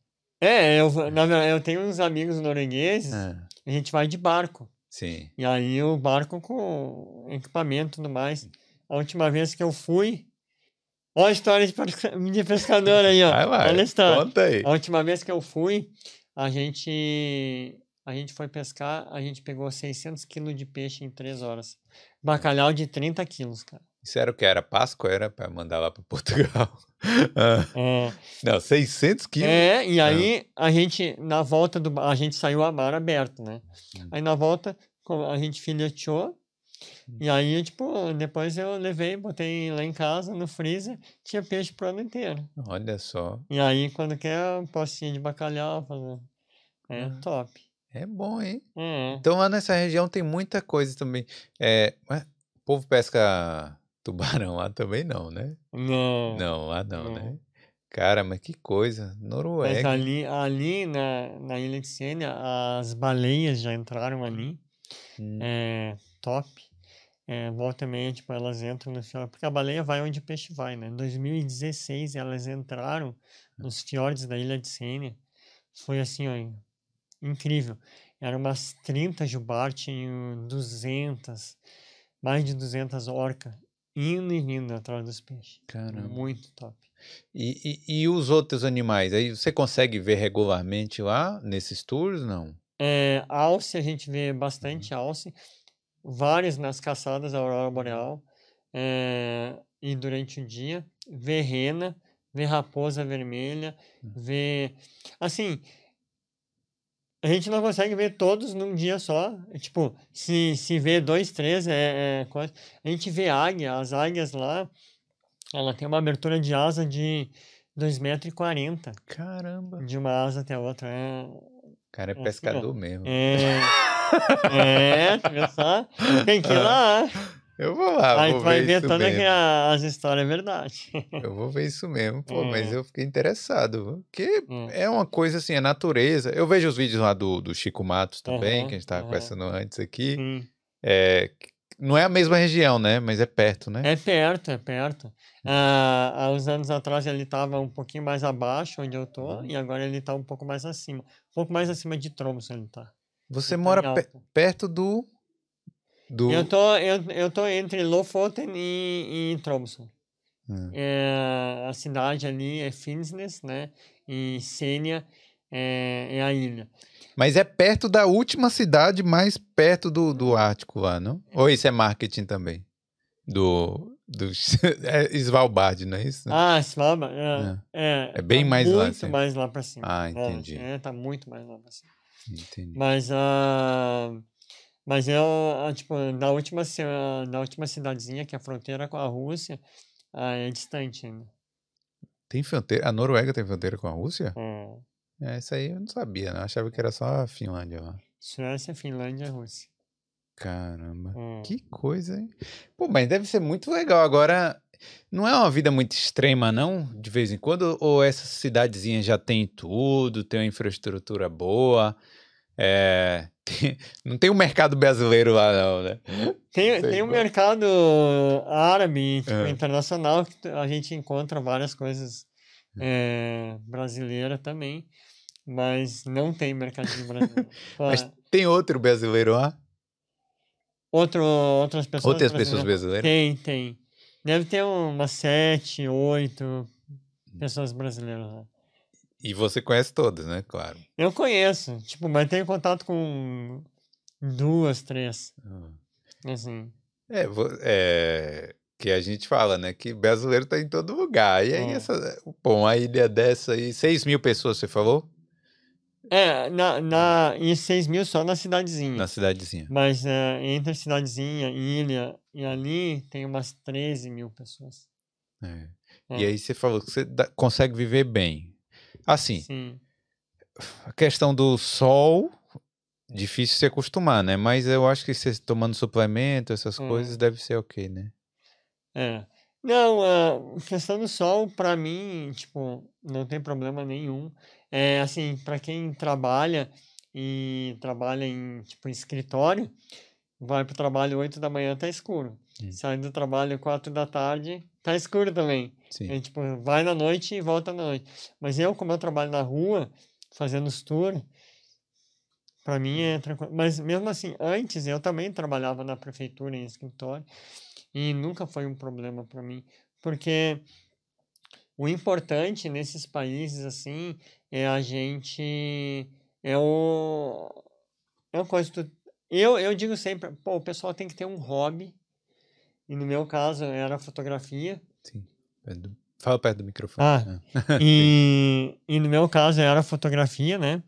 Eu tenho uns amigos noruegueses, a gente vai de barco. Sim. E aí o barco com equipamento e tudo mais. A última vez que eu fui. Olha a história de pescador aí, ó. Vai, Olha a história. conta aí. A última vez que eu fui, a gente foi pescar, a gente pegou 600 quilos de peixe em 3 horas. Bacalhau de 30 quilos, cara. Isso era o que? Era Páscoa? Era pra mandar lá pra Portugal? É. Não, 600 quilos? E aí a gente, na volta a gente saiu a mar aberto, né? Aí na volta a gente fileteou. E aí, tipo, depois eu levei, botei lá em casa, no freezer, tinha peixe pro ano inteiro. Olha só. E aí, quando quer uma postinha de bacalhau, top. É bom, hein? Então lá nessa região tem muita coisa também. Mas o povo pesca tubarão lá também não, né? Não. Não, lá não, né? Cara, mas que coisa. Noruega. Mas ali na Ilha de Sênia, as baleias já entraram ali. Top. Volta e meia, tipo, elas entram no fiord, porque a baleia vai onde o peixe vai, né? Em 2016, elas entraram nos fiordes da Ilha de Sênia. Foi assim, ó, incrível. Eram umas 30 jubarte e 200, mais de 200 orcas, indo e vindo atrás dos peixes. Caramba. Muito top. E os outros animais? Aí você consegue ver regularmente lá, nesses tours, não? Alce, a gente vê bastante alce. Várias nas caçadas da aurora boreal e durante o dia, vê rena, vê raposa vermelha, vê... Assim, a gente não consegue ver todos num dia só. Tipo, se vê 2, 3, coisa. A gente vê águia, as águias lá, ela tem uma abertura de asa de 2,40 m. Caramba! De uma asa até a outra. O cara é pescador mesmo. Tu viu só? Tem que ir lá. Eu vou lá, Aí vou tu vai ver ver isso todas mesmo. as histórias, é verdade. Eu vou ver isso mesmo. Pô, mas eu fiquei interessado. Porque é uma coisa assim, a natureza. Eu vejo os vídeos lá do Chico Matos também, que a gente tava conversando antes aqui. Não é a mesma região, né? Mas é perto, né? É perto. Há uns anos atrás ele estava um pouquinho mais abaixo onde eu tô, e agora ele tá um pouco mais acima. Um pouco mais acima de Tromsø ele tá. Você mora perto do... Eu tô entre Lofoten e Tromsø. A cidade ali é Finnsnes, né? E Senja é a ilha. Mas é perto da última cidade, mais perto do Ártico lá, não? Ou isso é marketing também? Svalbard, não é isso? Svalbard. É bem mais lá. Muito mais lá pra cima. Entendi. Tá muito mais lá pra cima. Entendi. Mas eu, tipo, na última cidadezinha, que é a fronteira com a Rússia, é distante ainda. Tem fronteira? A Noruega tem fronteira com a Rússia? Isso aí eu não sabia, né? Eu achava que era só a Finlândia lá. Suécia, Finlândia e Rússia. Caramba, que coisa, hein? Pô, mas deve ser muito legal. Agora, não é uma vida muito extrema, não? De vez em quando? Ou essa cidadezinha já tem tudo, tem uma infraestrutura boa? Não tem um mercado brasileiro lá, não, né? Tem um mercado árabe, tipo, internacional, que a gente encontra várias coisas brasileira também, mas não tem mercadinho brasileiro. Mas tem outro brasileiro lá? Outras pessoas Outras pessoas brasileiras? brasileiras? Tem. Deve ter umas 7, 8 pessoas brasileiras lá. E você conhece todas, né? Claro. Eu conheço, tipo, mas tenho contato com 2, 3, assim. Que a gente fala, né? Que brasileiro tá em todo lugar. E aí, uma ilha dessa aí, 6 mil pessoas, você falou? E 6 mil só na cidadezinha. Na cidadezinha. Mas entre a cidadezinha, ilha e ali, tem umas 13 mil pessoas. E aí você falou que você consegue viver bem. Assim, sim. a questão do sol, difícil se acostumar, né? Mas eu acho que você tomando suplemento, essas coisas, deve ser ok, né? Não, a questão do sol, pra mim, tipo, não tem problema nenhum. Assim, pra quem trabalha e trabalha em, tipo, escritório, vai pro trabalho 8 da manhã, tá escuro. Sai do trabalho 4 da tarde, tá escuro também. Sim. Tipo, vai na noite e volta à noite. Mas como eu trabalho na rua, fazendo os tours, pra mim é tranquilo. Mas mesmo assim, antes eu também trabalhava na prefeitura, em escritório, e nunca foi um problema pra mim. Porque o importante nesses países, assim, é a gente... É o... É uma coisa que eu digo sempre, pô, o pessoal tem que ter um hobby. E no meu caso era fotografia. Sim. Fala perto do microfone. E no meu caso era fotografia, né?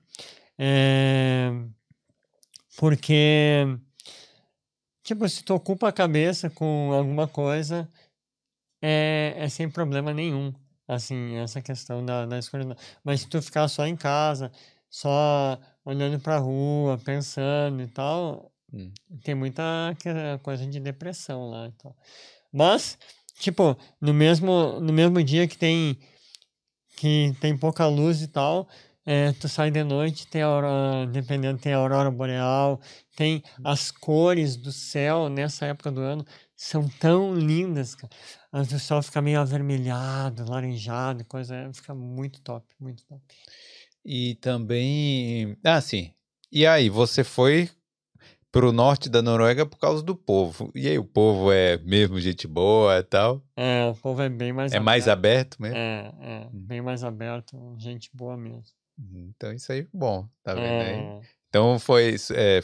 Porque, tipo, se tu ocupa a cabeça com alguma coisa, é sem problema nenhum. Assim, essa questão da escuridão. Mas se tu ficar só em casa, só olhando pra rua, pensando e tal, tem muita coisa de depressão lá e tal. Mas, tipo, no mesmo dia que tem pouca luz e tal, tu sai de noite, dependendo, tem a aurora boreal, tem as cores do céu nessa época do ano, são tão lindas, cara. O céu fica meio avermelhado, laranjado, fica muito top, muito top. E também, sim. E aí, você foi pro norte da Noruega por causa do povo. E aí, o povo é mesmo gente boa e tal? O povo é bem mais É aberto. mais aberto mesmo? Bem mais aberto, gente boa mesmo. Então isso aí é bom, tá vendo aí? Então foi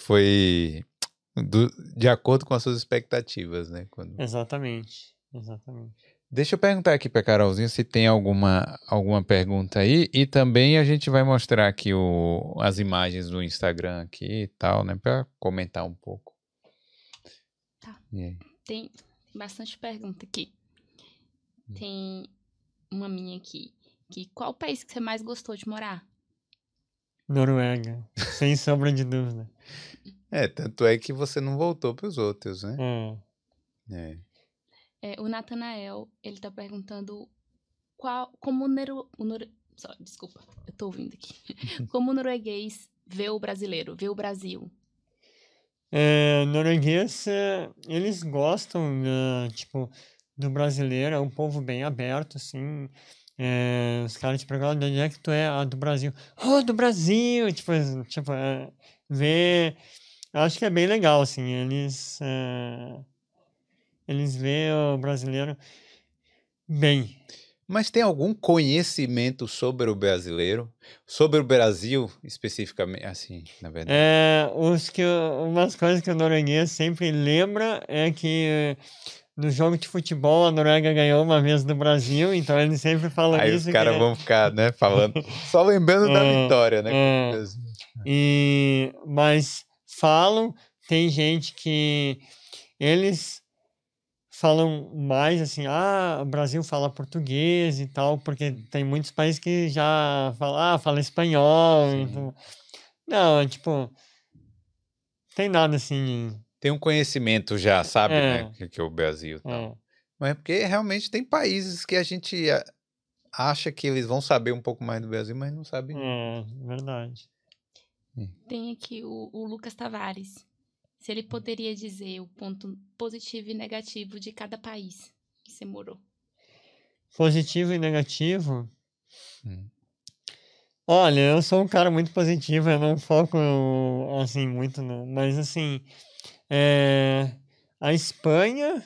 de acordo com as suas expectativas, né? Exatamente. Deixa eu perguntar aqui pra Carolzinha se tem alguma pergunta aí. E também a gente vai mostrar aqui as imagens do Instagram aqui e tal, né? Pra comentar um pouco. Tá. Tem bastante pergunta aqui. Tem uma minha aqui. Qual país que você mais gostou de morar? Noruega, sem sombra de dúvida. Tanto é que você não voltou pros outros, né? O Natanael, ele tá perguntando desculpa, eu tô ouvindo aqui. Como o norueguês vê o brasileiro, vê o Brasil? Norueguês, eles gostam, tipo, do brasileiro, é um povo bem aberto, assim. Os caras te perguntam de onde é que tu é? Do Brasil. Oh, do Brasil! Tipo, acho que é bem legal, assim. Eles veem o brasileiro bem. Mas tem algum conhecimento sobre o brasileiro? Sobre o Brasil, especificamente, assim, na verdade? Umas coisas que o norueguês sempre lembra é que no jogo de futebol a Noruega ganhou uma vez do Brasil, então eles sempre falam Aí isso. os caras vão ficar, né, falando, só lembrando da vitória, né? Mas falam, tem gente que eles falam mais assim, o Brasil fala português e tal, porque tem muitos países que já falam, fala espanhol. Então, não, tipo, tem nada assim. Tem um conhecimento já, sabe, né, que é o Brasil e tal. Mas é porque realmente tem países que a gente acha que eles vão saber um pouco mais do Brasil, mas não sabem. Verdade. Tem aqui o Lucas Tavares. Se ele poderia dizer o ponto positivo e negativo de cada país que você morou. Positivo e negativo? Olha, eu sou um cara muito positivo, eu não foco, assim, muito, não. Mas, assim, a Espanha,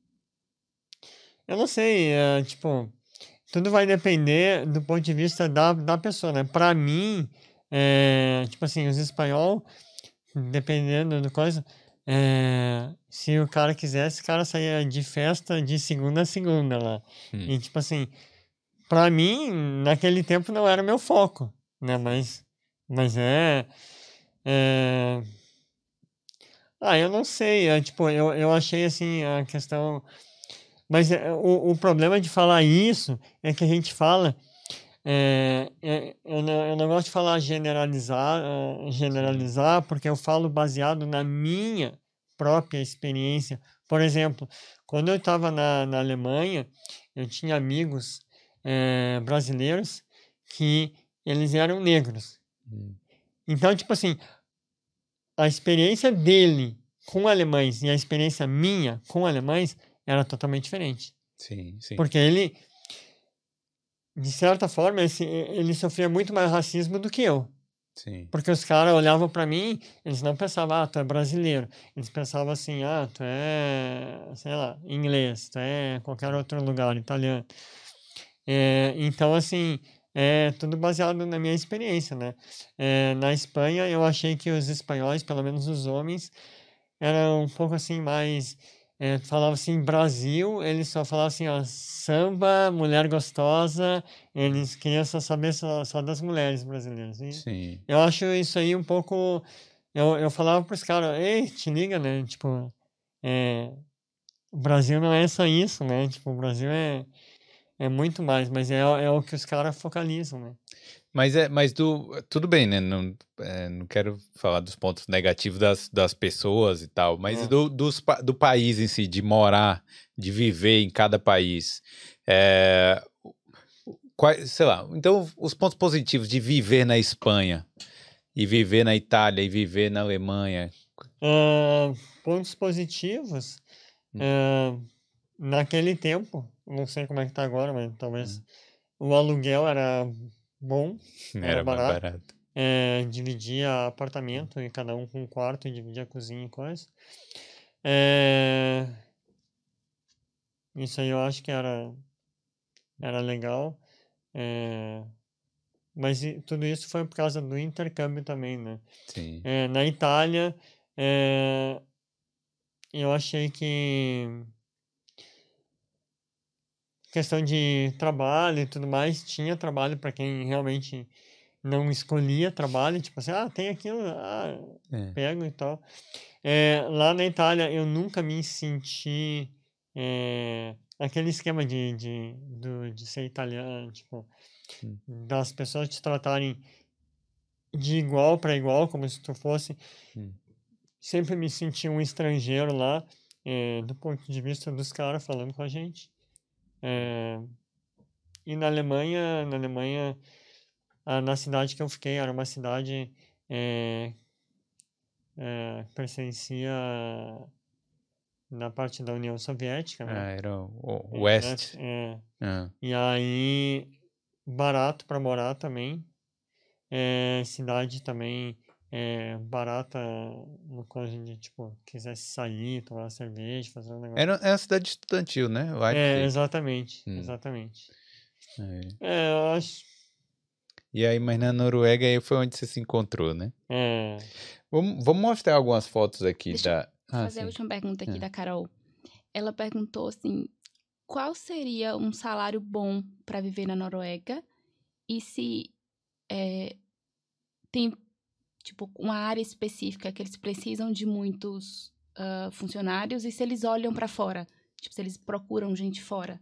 eu não sei, tipo, tudo vai depender do ponto de vista da pessoa, né? Pra mim, tipo assim, os espanhol, dependendo do coisa, se o cara quisesse, o cara saía de festa de segunda a segunda lá. E, tipo assim, pra mim, naquele tempo não era meu foco, né? Mas é... Ah, eu não sei, tipo, eu achei, assim, a questão... Mas o problema de falar isso é que a gente fala... eu não gosto de falar generalizar, porque eu falo baseado na minha própria experiência. Por exemplo, quando eu estava na Alemanha, eu tinha amigos brasileiros que eles eram negros. Então, tipo assim, a experiência dele com alemães e a experiência minha com alemães era totalmente diferente. Sim, sim. Porque ele, de certa forma, ele sofria muito mais racismo do que eu. Sim. Porque os caras olhavam pra mim, eles não pensavam, tu é brasileiro. Eles pensavam assim, tu é, sei lá, inglês, tu é qualquer outro lugar, italiano. Então, assim, é tudo baseado na minha experiência, né? Na Espanha, eu achei que os espanhóis, pelo menos os homens, eram um pouco assim mais... falava assim, Brasil, eles só falavam assim, ó, samba, mulher gostosa, eles queriam só saber só das mulheres brasileiras. E Sim. eu acho isso aí um pouco... Eu falava pros caras, ei, te liga, né? Tipo, o Brasil não é só isso, né? Tipo, o Brasil é muito mais, mas é o que os caras focalizam, né? Mas tudo bem, né? Não quero falar dos pontos negativos das pessoas e tal, mas do país em si, de morar, de viver em cada país. Sei lá, então os pontos positivos de viver na Espanha, e viver na Itália, e viver na Alemanha. Pontos positivos, naquele tempo, não sei como é que tá agora, mas talvez o aluguel era bom, era Mais barato. barato. Dividia apartamento, e cada um com um quarto, e dividia a cozinha e coisa. Isso aí eu acho que era legal. Mas tudo isso foi por causa do intercâmbio também, né? Sim. Na Itália, eu achei que questão de trabalho e tudo mais, tinha trabalho para quem realmente não escolhia trabalho, tipo assim, tem aquilo, pego e tal. Lá na Itália eu nunca me senti aquele esquema de ser italiano, tipo, das pessoas te tratarem de igual para igual, como se tu fosse. Sempre me senti um estrangeiro lá, do ponto de vista dos caras falando com a gente. E na Alemanha, na cidade que eu fiquei, era uma cidade pertencia na parte da União Soviética, né? Era o West. E aí, barato para morar também. Cidade também barata no coisa de, tipo, quisesse sair, tomar uma cerveja, fazer um negócio. Era uma cidade estudantil, né? Exatamente, exatamente. Eu acho... E aí, mas na Noruega aí foi onde você se encontrou, né? Vamos mostrar algumas fotos aqui Deixa eu fazer a última pergunta aqui da Carol. Ela perguntou assim, qual seria um salário bom para viver na Noruega e se tem, tipo, uma área específica que eles precisam de muitos funcionários e se eles olham para fora, tipo, se eles procuram gente fora.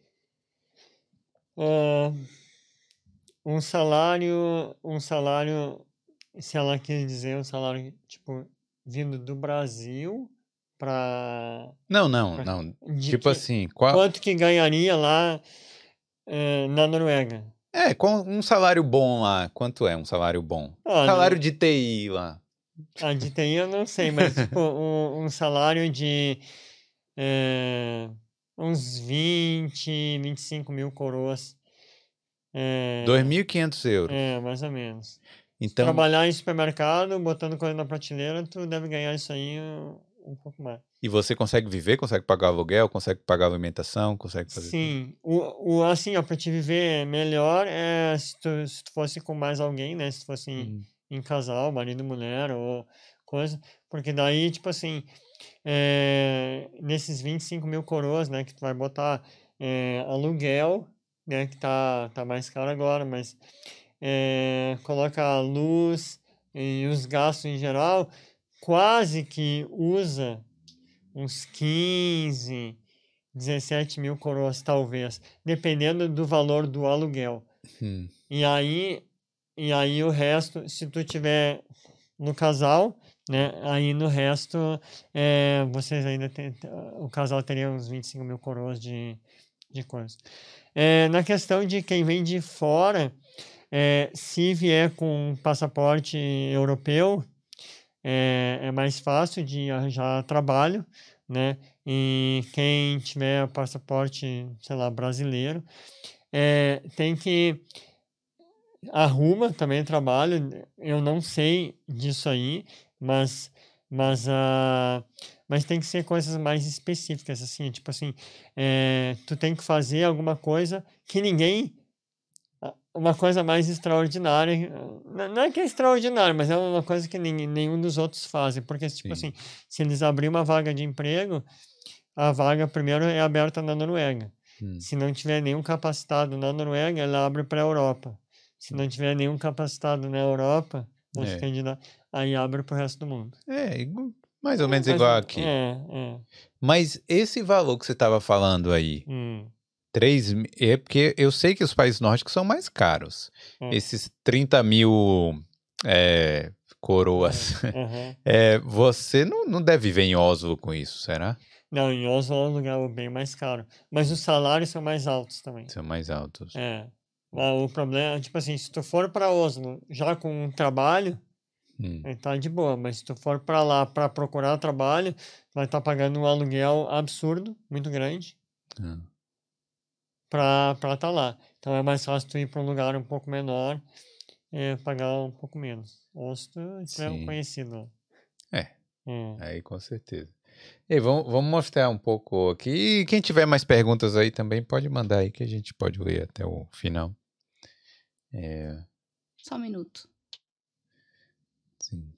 Um salário, se ela quer dizer um salário, tipo, vindo do Brasil para... Não. Tipo assim, quanto que ganharia lá na Noruega? Com um salário bom lá, quanto é um salário bom? Salário de TI lá. De TI eu não sei, mas tipo, um salário de uns 25 mil coroas 2.500 euros. Mais ou menos. Então, Trabalhar em supermercado, botando coisa na prateleira, tu deve ganhar isso aí um pouco mais. e você consegue viver? Consegue pagar aluguel? Consegue pagar alimentação? Consegue fazer tudo? Sim. Assim, ó, pra te viver melhor se tu fosse com mais alguém, né? Se tu fosse em casal, marido e mulher ou coisa. Porque daí, tipo assim, nesses 25 mil coroas, né, que tu vai botar aluguel, né, que tá mais caro agora, mas coloca a luz e os gastos em geral, quase que usa uns 15, 17 mil coroas, talvez, dependendo do valor do aluguel. E aí o resto, se tu tiver no casal, né, aí no resto, vocês ainda o casal teria uns 25 mil coroas de coisa. Na questão de quem vem de fora, se vier com passaporte europeu, é mais fácil de arranjar trabalho, né? E quem tiver passaporte, sei lá, brasileiro, tem que arruma também trabalho. Eu não sei disso aí, mas mas tem que ser coisas mais específicas, assim, tipo assim, tu tem que fazer alguma coisa que uma coisa mais extraordinária. Não é que é extraordinário, mas é uma coisa que nenhum dos outros fazem. Porque, tipo assim, se eles abrirem uma vaga de emprego, a vaga primeiro é aberta na Noruega. Se não tiver nenhum capacitado na Noruega, ela abre para a Europa. Se não tiver nenhum capacitado na Europa, os candidatos, aí abre para o resto do mundo. Mais ou menos igual aqui. Mas esse valor que você estava falando aí, 3 é porque eu sei que os países nórdicos são mais caros. Esses 30 mil coroas. Você não deve viver em Oslo com isso, será? Não, em Oslo é um lugar bem mais caro. Mas os salários são mais altos também. São mais altos. O problema é, tipo assim, se tu for para Oslo já com um trabalho, tá de boa. Mas se tu for para lá para procurar trabalho, vai estar pagando um aluguel absurdo, muito grande, para estar lá. Então é mais fácil tu ir para um lugar um pouco menor e pagar um pouco menos. Ou se tu tiver um conhecido. Aí com certeza. E vamos mostrar um pouco aqui. E quem tiver mais perguntas aí também pode mandar aí que a gente pode ler até o final. Só um minuto. Sim.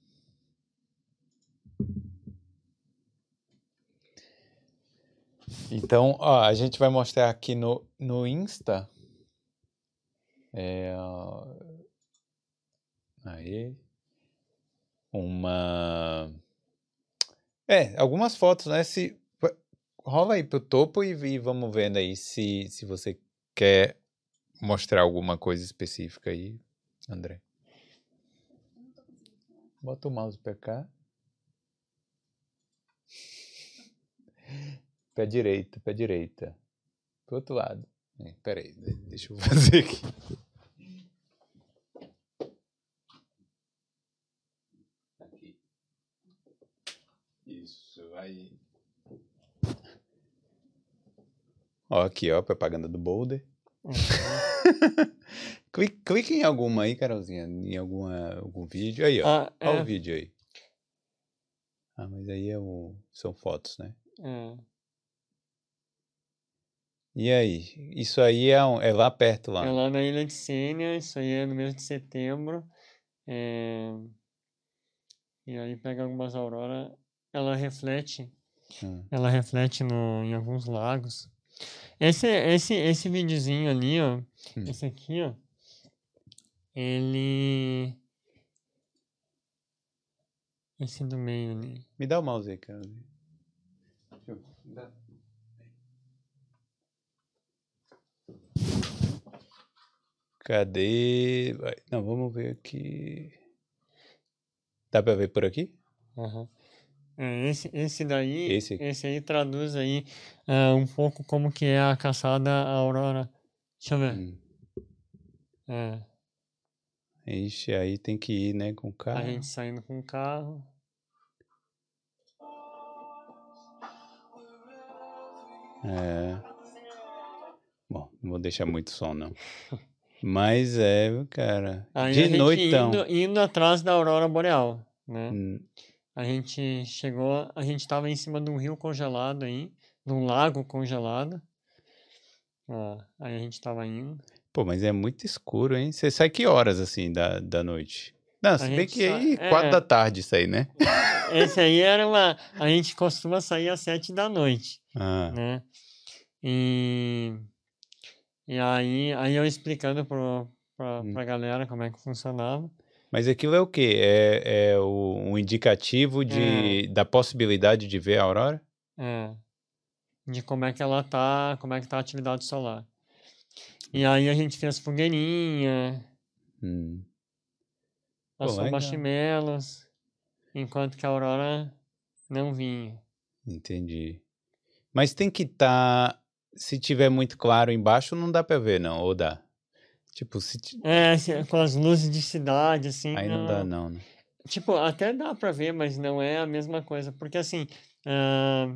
Então, ó, a gente vai mostrar aqui no Insta. Aí. Algumas fotos, né? Rola aí pro topo e vamos vendo aí se você quer mostrar alguma coisa específica aí, André. Bota o mouse pra cá. Pé direita. Pro outro lado. Peraí, deixa eu fazer aqui. Aqui. Isso, aí. Ó, aqui, ó, propaganda do Boulder. Clique em alguma aí, Carolzinha, em algum vídeo. Aí, ó. Olha o vídeo aí. Mas aí são fotos, né? E aí? Isso aí é lá perto, lá? É lá na Ilha de Sênia, isso aí é no mês de setembro. E aí pega algumas auroras, ela reflete em alguns lagos. Esse videozinho ali, ó, esse aqui, ó, esse do meio ali. Me dá o mouse aí, cara. Deixa eu... Dá. Cadê? Não, vamos ver aqui. Dá pra ver por aqui? Esse aí traduz aí um pouco como que é a caçada à aurora. Deixa eu ver. Ixi, aí tem que ir, né, com o carro. A gente saindo com o carro. Bom, não vou deixar muito som, não. Mas cara. Aí De a gente noitão. indo atrás da aurora boreal, né? Hum. A gente chegou, a gente estava em cima de um rio congelado aí, de um lago congelado. Ó, aí a gente estava indo. Pô, mas é muito escuro, hein? Você sai que horas, assim, da noite? Não, A se bem gente que aí 4 da tarde isso aí, né? Esse aí era a gente costuma sair às 7 da noite, Ah, né? E aí eu explicando pra galera como é que funcionava. mas aquilo é o quê? Um indicativo da possibilidade de ver a aurora? É, de como é que ela tá, como é que tá a atividade solar. E aí a gente fez fogueirinha, Hum. Pô, assou legal. marshmallows, enquanto que a aurora não vinha. Entendi. Mas tem que estar... Se tiver muito claro embaixo, não dá pra ver, não. Ou dá? Tipo, Com as luzes de cidade, assim, aí não dá, não, né? tipo, até dá pra ver, mas não é a mesma coisa. Porque, assim, ah,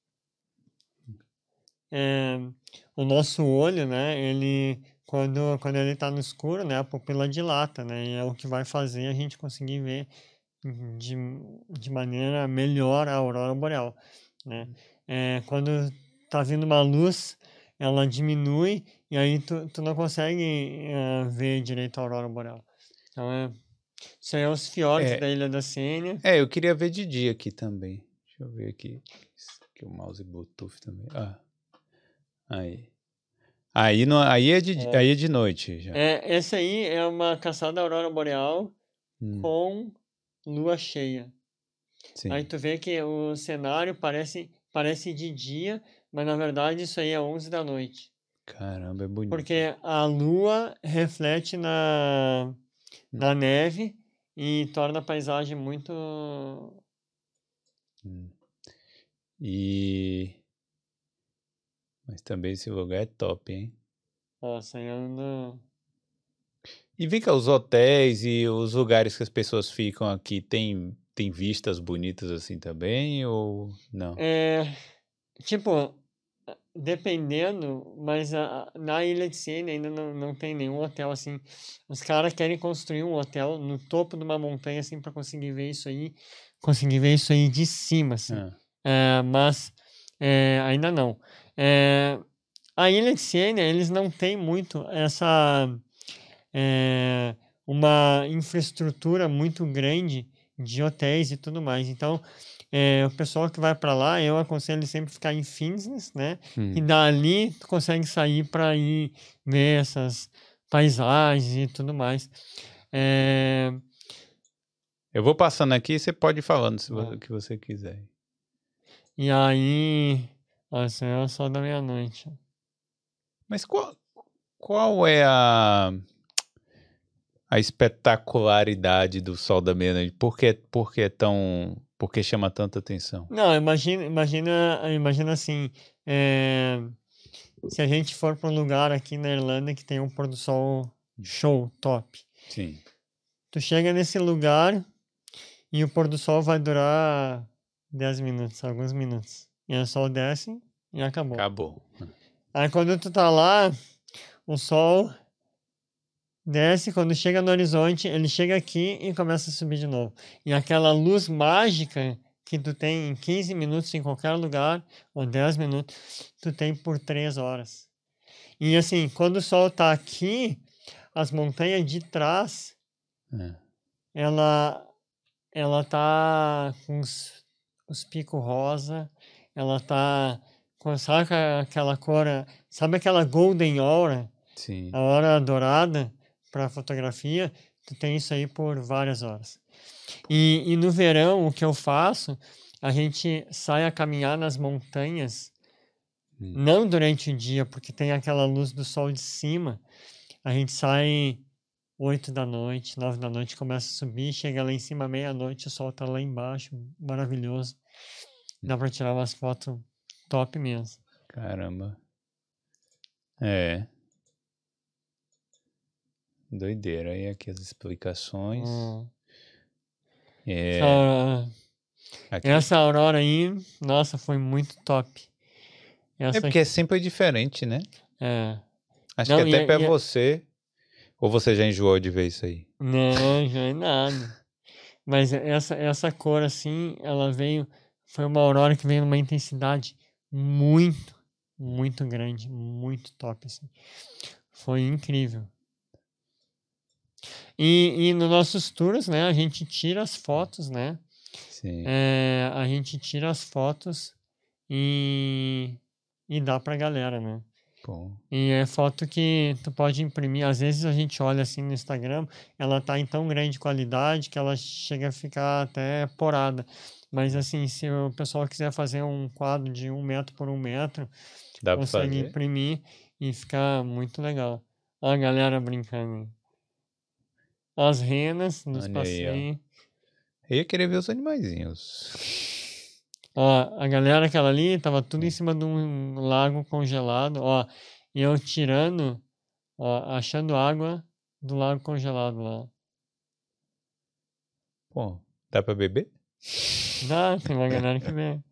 o nosso olho, né, quando ele tá no escuro, né, a pupila dilata, né, e é o que vai fazer a gente conseguir ver de, de maneira melhor a aurora boreal, né. Quando tá vindo uma luz, ela diminui e aí tu não consegue ver direito a aurora boreal. Então, isso aí é os fiordes da Ilha da Sênia. Eu queria ver de dia aqui também. Deixa eu ver aqui. Aqui o mouse Bluetooth também. Aí. Aí é de noite já. Essa aí é uma caçada aurora boreal com lua cheia. Sim. Aí tu vê que o cenário parece de dia, mas na verdade isso aí é 11 da noite. Caramba, é bonito. Porque a lua reflete na neve e torna a paisagem muito... Mas também esse lugar é top, hein? Nossa, eu não... E vem cá, os hotéis e os lugares que as pessoas ficam aqui, tem vistas bonitas assim também ou não? Tipo, dependendo, mas na Ilha de Sena ainda não tem nenhum hotel assim. Os caras querem construir um hotel no topo de uma montanha assim para conseguir ver isso aí de cima, assim. Mas ainda não. A Ilha de Sena, eles não têm muito uma infraestrutura muito grande de hotéis e tudo mais. Então, o pessoal que vai para lá, eu aconselho sempre ficar em Finnsnes, né? E dali tu consegue sair para ir ver essas paisagens e tudo mais. Eu vou passando aqui e você pode ir falando o que você quiser. E aí, assim, é o sol da meia-noite. Mas qual é a espetacularidade do sol da meia-noite? Por que chama tanta atenção? Não, imagina assim, se a gente for para um lugar aqui na Irlanda que tem um pôr do sol show, top. Sim. Tu chega nesse lugar e o pôr do sol vai durar 10 minutos, alguns minutos. E o sol desce e acabou. Acabou. Aí quando tu tá lá, o sol desce, quando chega no horizonte, ele chega aqui e começa a subir de novo. E aquela luz mágica que tu tem em 15 minutos em qualquer lugar, ou 10 minutos, tu tem por 3 horas. E assim, quando o sol tá aqui, as montanhas de trás, ela tá com os picos rosa, ela tá com, sabe aquela cor, sabe aquela golden aura? Sim. A hora dourada para fotografia, tu tem isso aí por várias horas. E no verão, o que eu faço, a gente sai a caminhar nas montanhas, não durante o dia, porque tem aquela luz do sol de cima. A gente sai 8 da noite, 9 da noite, começa a subir, chega lá em cima meia-noite, o sol tá lá embaixo, maravilhoso. Dá para tirar umas fotos top mesmo. Caramba. Doideira. Aí aqui as explicações. Essa aurora aí, nossa, foi muito top. Porque é sempre diferente, né? Acho Não, que até pra você Ou você já enjoou de ver isso aí? Não, já é nada. Mas essa cor, assim, ela veio... Foi uma aurora que veio numa intensidade muito, muito grande. Muito top, assim. Foi incrível. E nos nossos tours, né, a gente tira as fotos, né? Sim. A gente tira as fotos e dá pra galera, né? Bom. E é foto que tu pode imprimir. Às vezes a gente olha assim no Instagram, ela tá em tão grande qualidade que ela chega a ficar até porada. Mas assim, se o pessoal quiser fazer um quadro de 1 metro por 1 metro, Dá pra consegue fazer? imprimir e ficar muito legal. Ó a galera brincando. As renas nos Olha aí, ó. passeios. Eu ia querer ver os animaizinhos. Ó, a galera aquela ali tava tudo em cima de um lago congelado, ó. E eu tirando, ó, achando água do lago congelado lá. Pô, dá pra beber? Dá, tem uma galera que vê.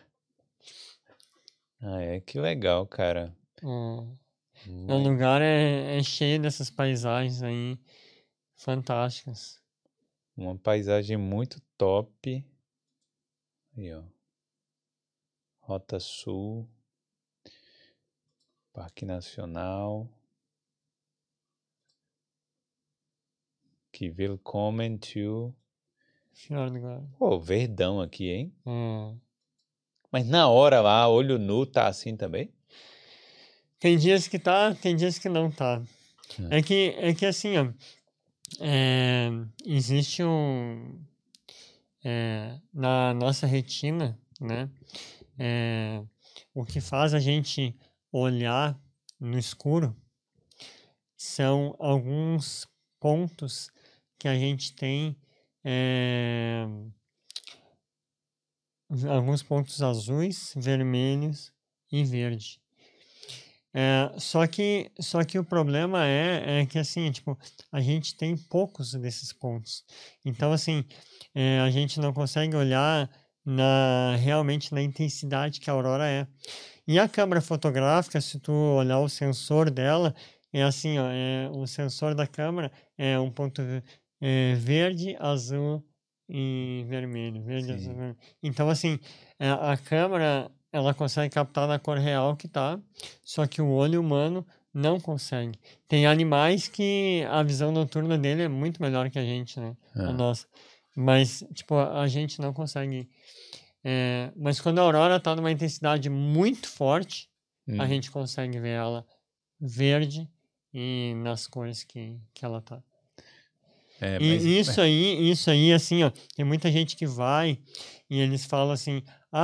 Ah, é, que legal, cara. O Mas lugar é cheio dessas paisagens aí fantásticas. uma paisagem muito top. Aí, ó. Rota Sul. Parque Nacional. Que willkommen to... Senhora do Guarda. Pô, verdão aqui, hein? Hum. Mas na hora lá, olho nu, tá assim também? Tem dias que tá, tem dias que não tá. É que assim, ó, existe na nossa retina, né? O que faz a gente olhar no escuro são alguns pontos que a gente tem, alguns pontos azuis, vermelhos e verde. Só que o problema é que assim, tipo, a gente tem poucos desses pontos. Então, assim, a gente não consegue olhar realmente na intensidade que a aurora é. E a câmera fotográfica, se tu olhar o sensor dela, é assim, ó, o sensor da câmera é um ponto verde, azul e vermelho. Verde, azul, Sim. vermelho. Então, assim, a câmera, ela consegue captar na cor real que tá, só que o olho humano não consegue. Tem animais que a visão noturna dele é muito melhor que a gente, né? A nossa. Mas, tipo, a gente não consegue. Mas quando a aurora está numa intensidade muito forte, a gente consegue ver ela verde e nas cores que ela tá. Mas... E isso aí, assim, ó, tem muita gente que vai e eles falam assim,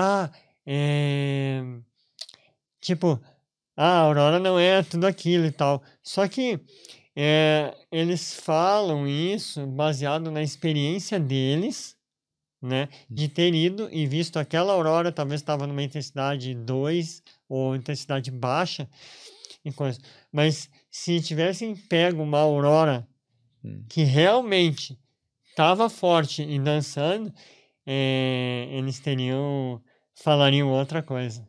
tipo, a aurora não é tudo aquilo e tal. Só que eles falam isso baseado na experiência deles, né, de ter ido e visto aquela aurora, talvez estava numa intensidade 2 ou intensidade baixa e coisa. Mas se tivessem pego uma aurora que realmente estava forte e dançando, eles falariam outra coisa.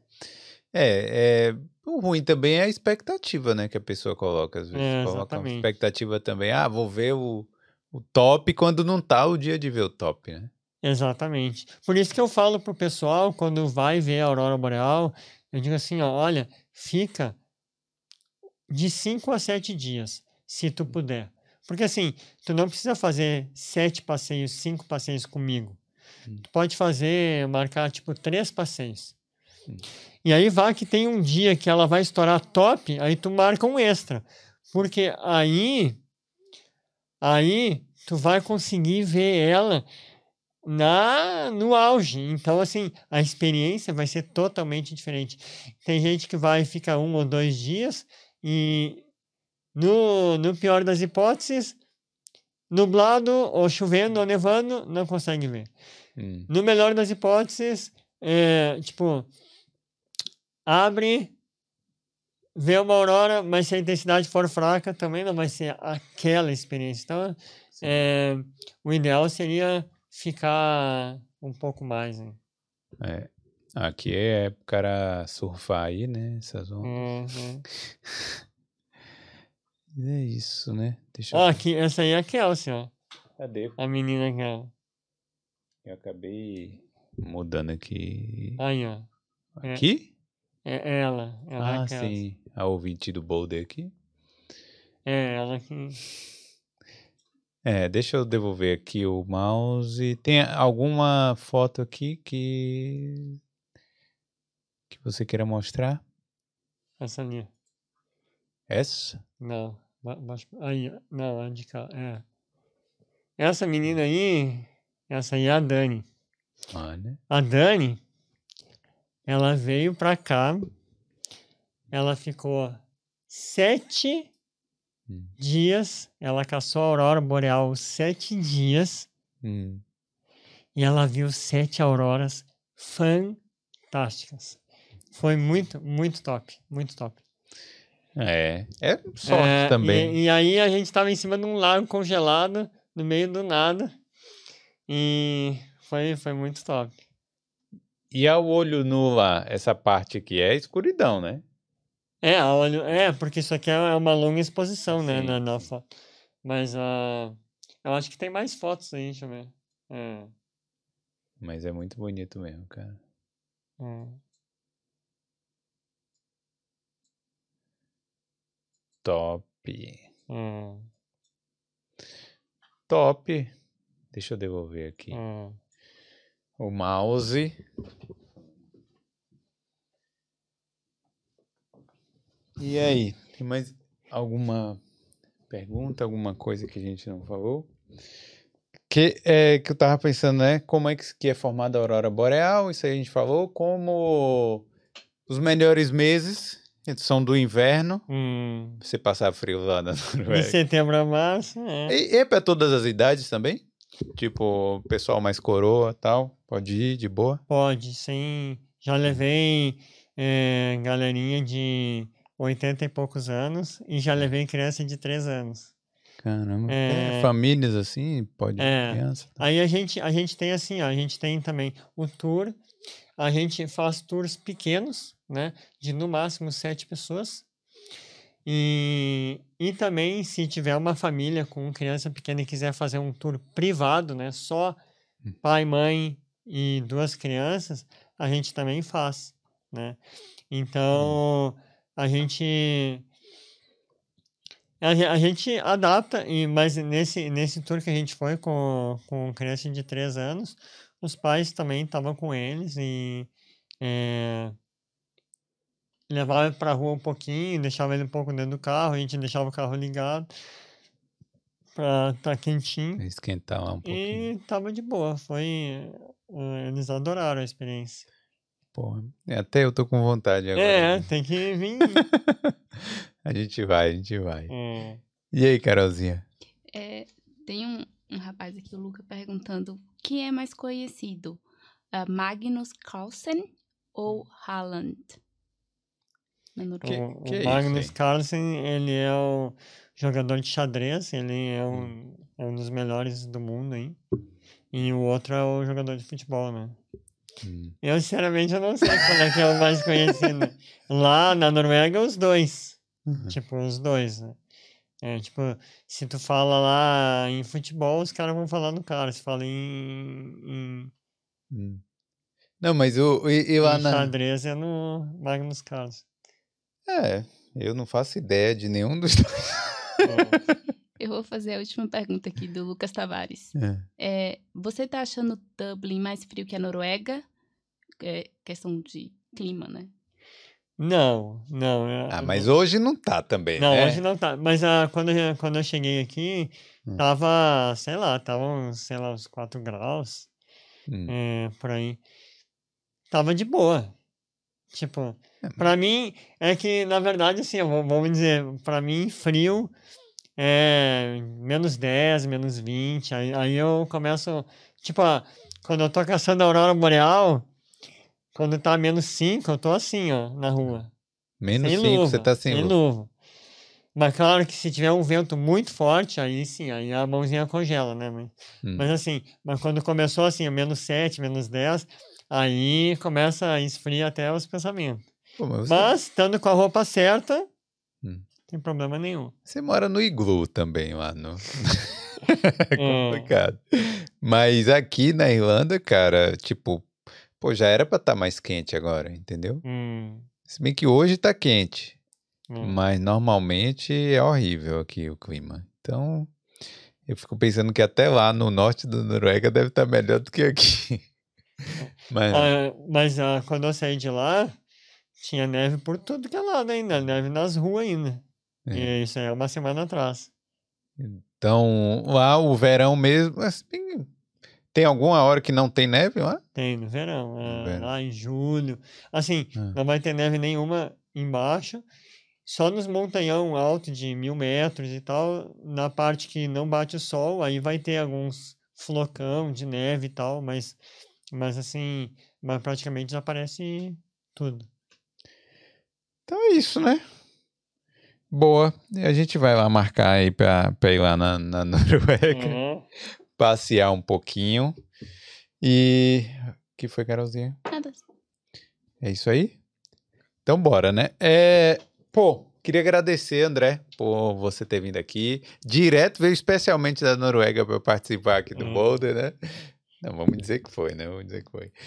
O ruim também é a expectativa, né, que a pessoa coloca. Às vezes coloca uma Exatamente. expectativa também. Ah, vou ver o top quando não tá o dia de ver o top, né? Exatamente. Por isso que eu falo pro pessoal, quando vai ver a aurora boreal, eu digo assim, ó, olha, fica de 5 a 7 dias, se tu puder. Porque assim, tu não precisa fazer 7 passeios, 5 passeios comigo. Tu pode marcar tipo 3 passeios. E aí vai que tem um dia que ela vai estourar top, aí tu marca um extra. Porque aí tu vai conseguir ver ela no auge. Então, assim, a experiência vai ser totalmente diferente. Tem gente que vai ficar 1 ou 2 dias e, no pior das hipóteses, nublado ou chovendo ou nevando, não consegue ver. No melhor das hipóteses, tipo, abre, vê uma aurora, mas se a intensidade for fraca, também não vai ser aquela experiência. Então, o ideal seria ficar um pouco mais, né? Aqui é pro cara surfar aí, né? Essas ondas. É isso, né? Deixa Ó, aqui, essa aí é a Kelsey, ó. Cadê? A menina aquela. Eu acabei mudando aqui. Aí, ó. Aqui? É ela. Ela é a Kelsey. Sim. A ouvinte do Boulder aqui. É, ela aqui. Deixa eu devolver aqui o mouse. Tem alguma foto aqui que você queira mostrar? Essa ali. Essa? Não. Aí, ó. Não, a de cá. Essa menina aí, essa aí é a Dani. Olha. A Dani, ela veio pra cá, ela ficou 7 dias, ela caçou a aurora boreal 7 dias e ela viu 7 auroras fantásticas. Foi muito, muito top, muito top. É sorte também. E aí a gente tava em cima de um lago congelado, no meio do nada, e foi muito top. E ao olho nu lá, essa parte aqui é escuridão, né? Porque isso aqui é uma longa exposição, né, Sim, na sim. foto. Mas eu acho que tem mais fotos aí, deixa eu ver. Mas é muito bonito mesmo, cara. Top. Top. Deixa eu devolver aqui. O mouse. E aí, tem mais alguma pergunta, alguma coisa que a gente não falou? Que eu tava pensando, né? Como é que é formada a aurora boreal? Isso aí a gente falou. Como os melhores meses são do inverno. Você passar frio lá na Noruega. De setembro a março, E é para todas as idades também? Tipo, pessoal mais coroa e tal? Pode ir de boa? Pode, sim. Já levei galerinha de 80 e poucos anos e já levei criança de 3 anos. Caramba. Famílias assim, pode criança. Tá? Aí a gente tem assim, ó, a gente tem também o tour, a gente faz tours pequenos, né, de no máximo 7 pessoas. E também, se tiver uma família com criança pequena e quiser fazer um tour privado, né, só pai, mãe e 2 crianças, a gente também faz, né. Então, a gente adapta, mas nesse tour que a gente foi com criança de 3 anos, os pais também estavam com eles e levava ele pra rua um pouquinho, deixava ele um pouco dentro do carro, a gente deixava o carro ligado pra estar quentinho. Esquentar lá um pouquinho. E tava de boa, eles adoraram a experiência. Porra, até eu tô com vontade agora. Tem que vir. A gente vai. E aí, Carolzinha? Tem um rapaz aqui, o Luca, perguntando quem é mais conhecido, Magnus Carlsen ou Haaland? O Magnus Carlsen, ele é o jogador de xadrez, ele é um dos melhores do mundo, hein? E o outro é o jogador de futebol, né? Eu, sinceramente, eu não sei qual é que é o mais conhecido. Lá na Noruega, os dois. Tipo, os dois, né? Tipo, se tu fala lá em futebol, os caras vão falar no cara. Se fala em Não, mas e lá na... xadrez é no Magnus Carlsen. Eu não faço ideia de nenhum dos dois. Eu vou fazer a última pergunta aqui do Lucas Tavares. Você tá achando Dublin mais frio que a Noruega? Questão de clima, né? Não. Mas hoje não tá também, não, né? Não, hoje não tá. Mas quando eu cheguei aqui, tava, uns 4 graus, por aí. Tava de boa. Tipo, pra mim, é que, na verdade, assim, vamos dizer, pra mim, frio é -10, -20, aí eu começo, tipo, quando eu tô caçando a aurora boreal, quando tá -5, eu tô assim, ó, na rua. -5, você tá sem luva. Mas claro que se tiver um vento muito forte, aí sim, aí a mãozinha congela, né? Mas assim, quando começou assim, -7, -10, aí começa a esfriar até os pensamentos. Mas estando com a roupa certa, tem problema nenhum. Você mora no iglu também lá no... É complicado. Mas aqui na Irlanda, cara, tipo, pô, já era pra estar mais quente agora, entendeu? Se bem que hoje tá quente, mas normalmente é horrível aqui o clima. Então, eu fico pensando que até lá no norte da Noruega deve estar melhor do que aqui. Mas quando eu saí de lá, tinha neve por tudo que é lado ainda, neve nas ruas ainda. E isso aí é uma semana atrás. Então, lá o verão mesmo, assim, tem alguma hora que não tem neve lá? Tem, no verão. Lá em julho. Assim, não vai ter neve nenhuma embaixo, só nos montanhão alto de 1.000 metros e tal, na parte que não bate o sol, aí vai ter alguns flocão de neve e tal, mas assim, mas praticamente desaparece tudo. Então é isso, né? Boa. A gente vai lá marcar aí pra ir lá na Noruega, passear um pouquinho. E... O que foi, Carolzinha? Nada. É isso aí? Então bora, né? Pô, queria agradecer, André, por você ter vindo aqui. Veio especialmente da Noruega para participar aqui do Boulder, né? Não, vamos dizer que foi, né? Vamos dizer que foi.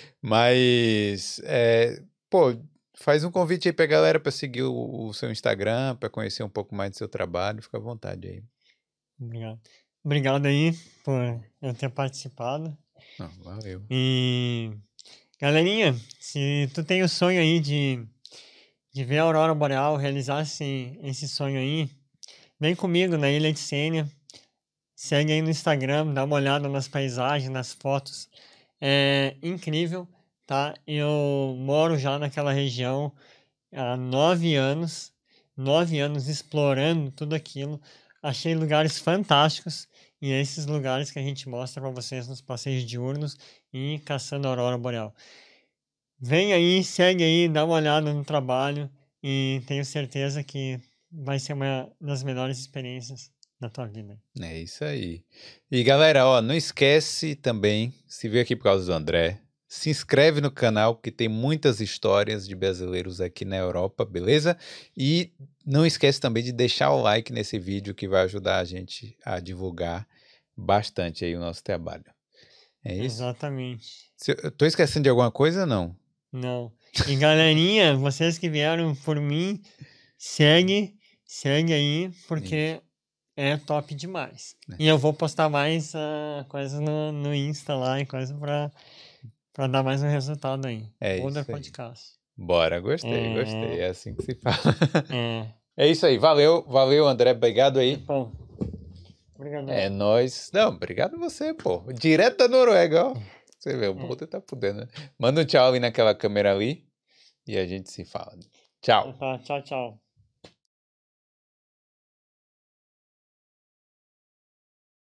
Mas, pô, faz um convite aí pra galera para seguir o seu Instagram, para conhecer um pouco mais do seu trabalho. Fica à vontade aí. Obrigado. Obrigado aí por eu ter participado. Não, valeu. E, galerinha, se tu tem o sonho aí de ver a Aurora Boreal, realizar esse sonho aí, vem comigo na Ilha de Sênia. Segue aí no Instagram, dá uma olhada nas paisagens, nas fotos. É incrível, tá? Eu moro já naquela região há 9 anos. 9 anos explorando tudo aquilo. Achei lugares fantásticos. E é esses lugares que a gente mostra para vocês nos passeios diurnos e caçando a Aurora Boreal. Vem aí, segue aí, dá uma olhada no trabalho e tenho certeza que vai ser uma das melhores experiências da tua vida. É isso aí. E galera, ó, não esquece também, se veio aqui por causa do André, se inscreve no canal, que tem muitas histórias de brasileiros aqui na Europa, beleza? E não esquece também de deixar o like nesse vídeo, que vai ajudar a gente a divulgar bastante aí o nosso trabalho. É isso? Exatamente. Eu tô esquecendo de alguma coisa ou não? Não. E galerinha, vocês que vieram por mim, segue aí, porque é top demais. E eu vou postar mais coisas no Insta lá e coisa pra dar mais um resultado aí. Boulder Podcast. Bora, gostei. É assim que se fala. É isso aí, valeu, André, obrigado aí. Bom, obrigado. É nóis. Não, obrigado a você, pô. Direto da Noruega, ó. Você vê, o Boulder tá podendo, né? Manda um tchau ali naquela câmera ali e a gente se fala. Tchau. Tchau.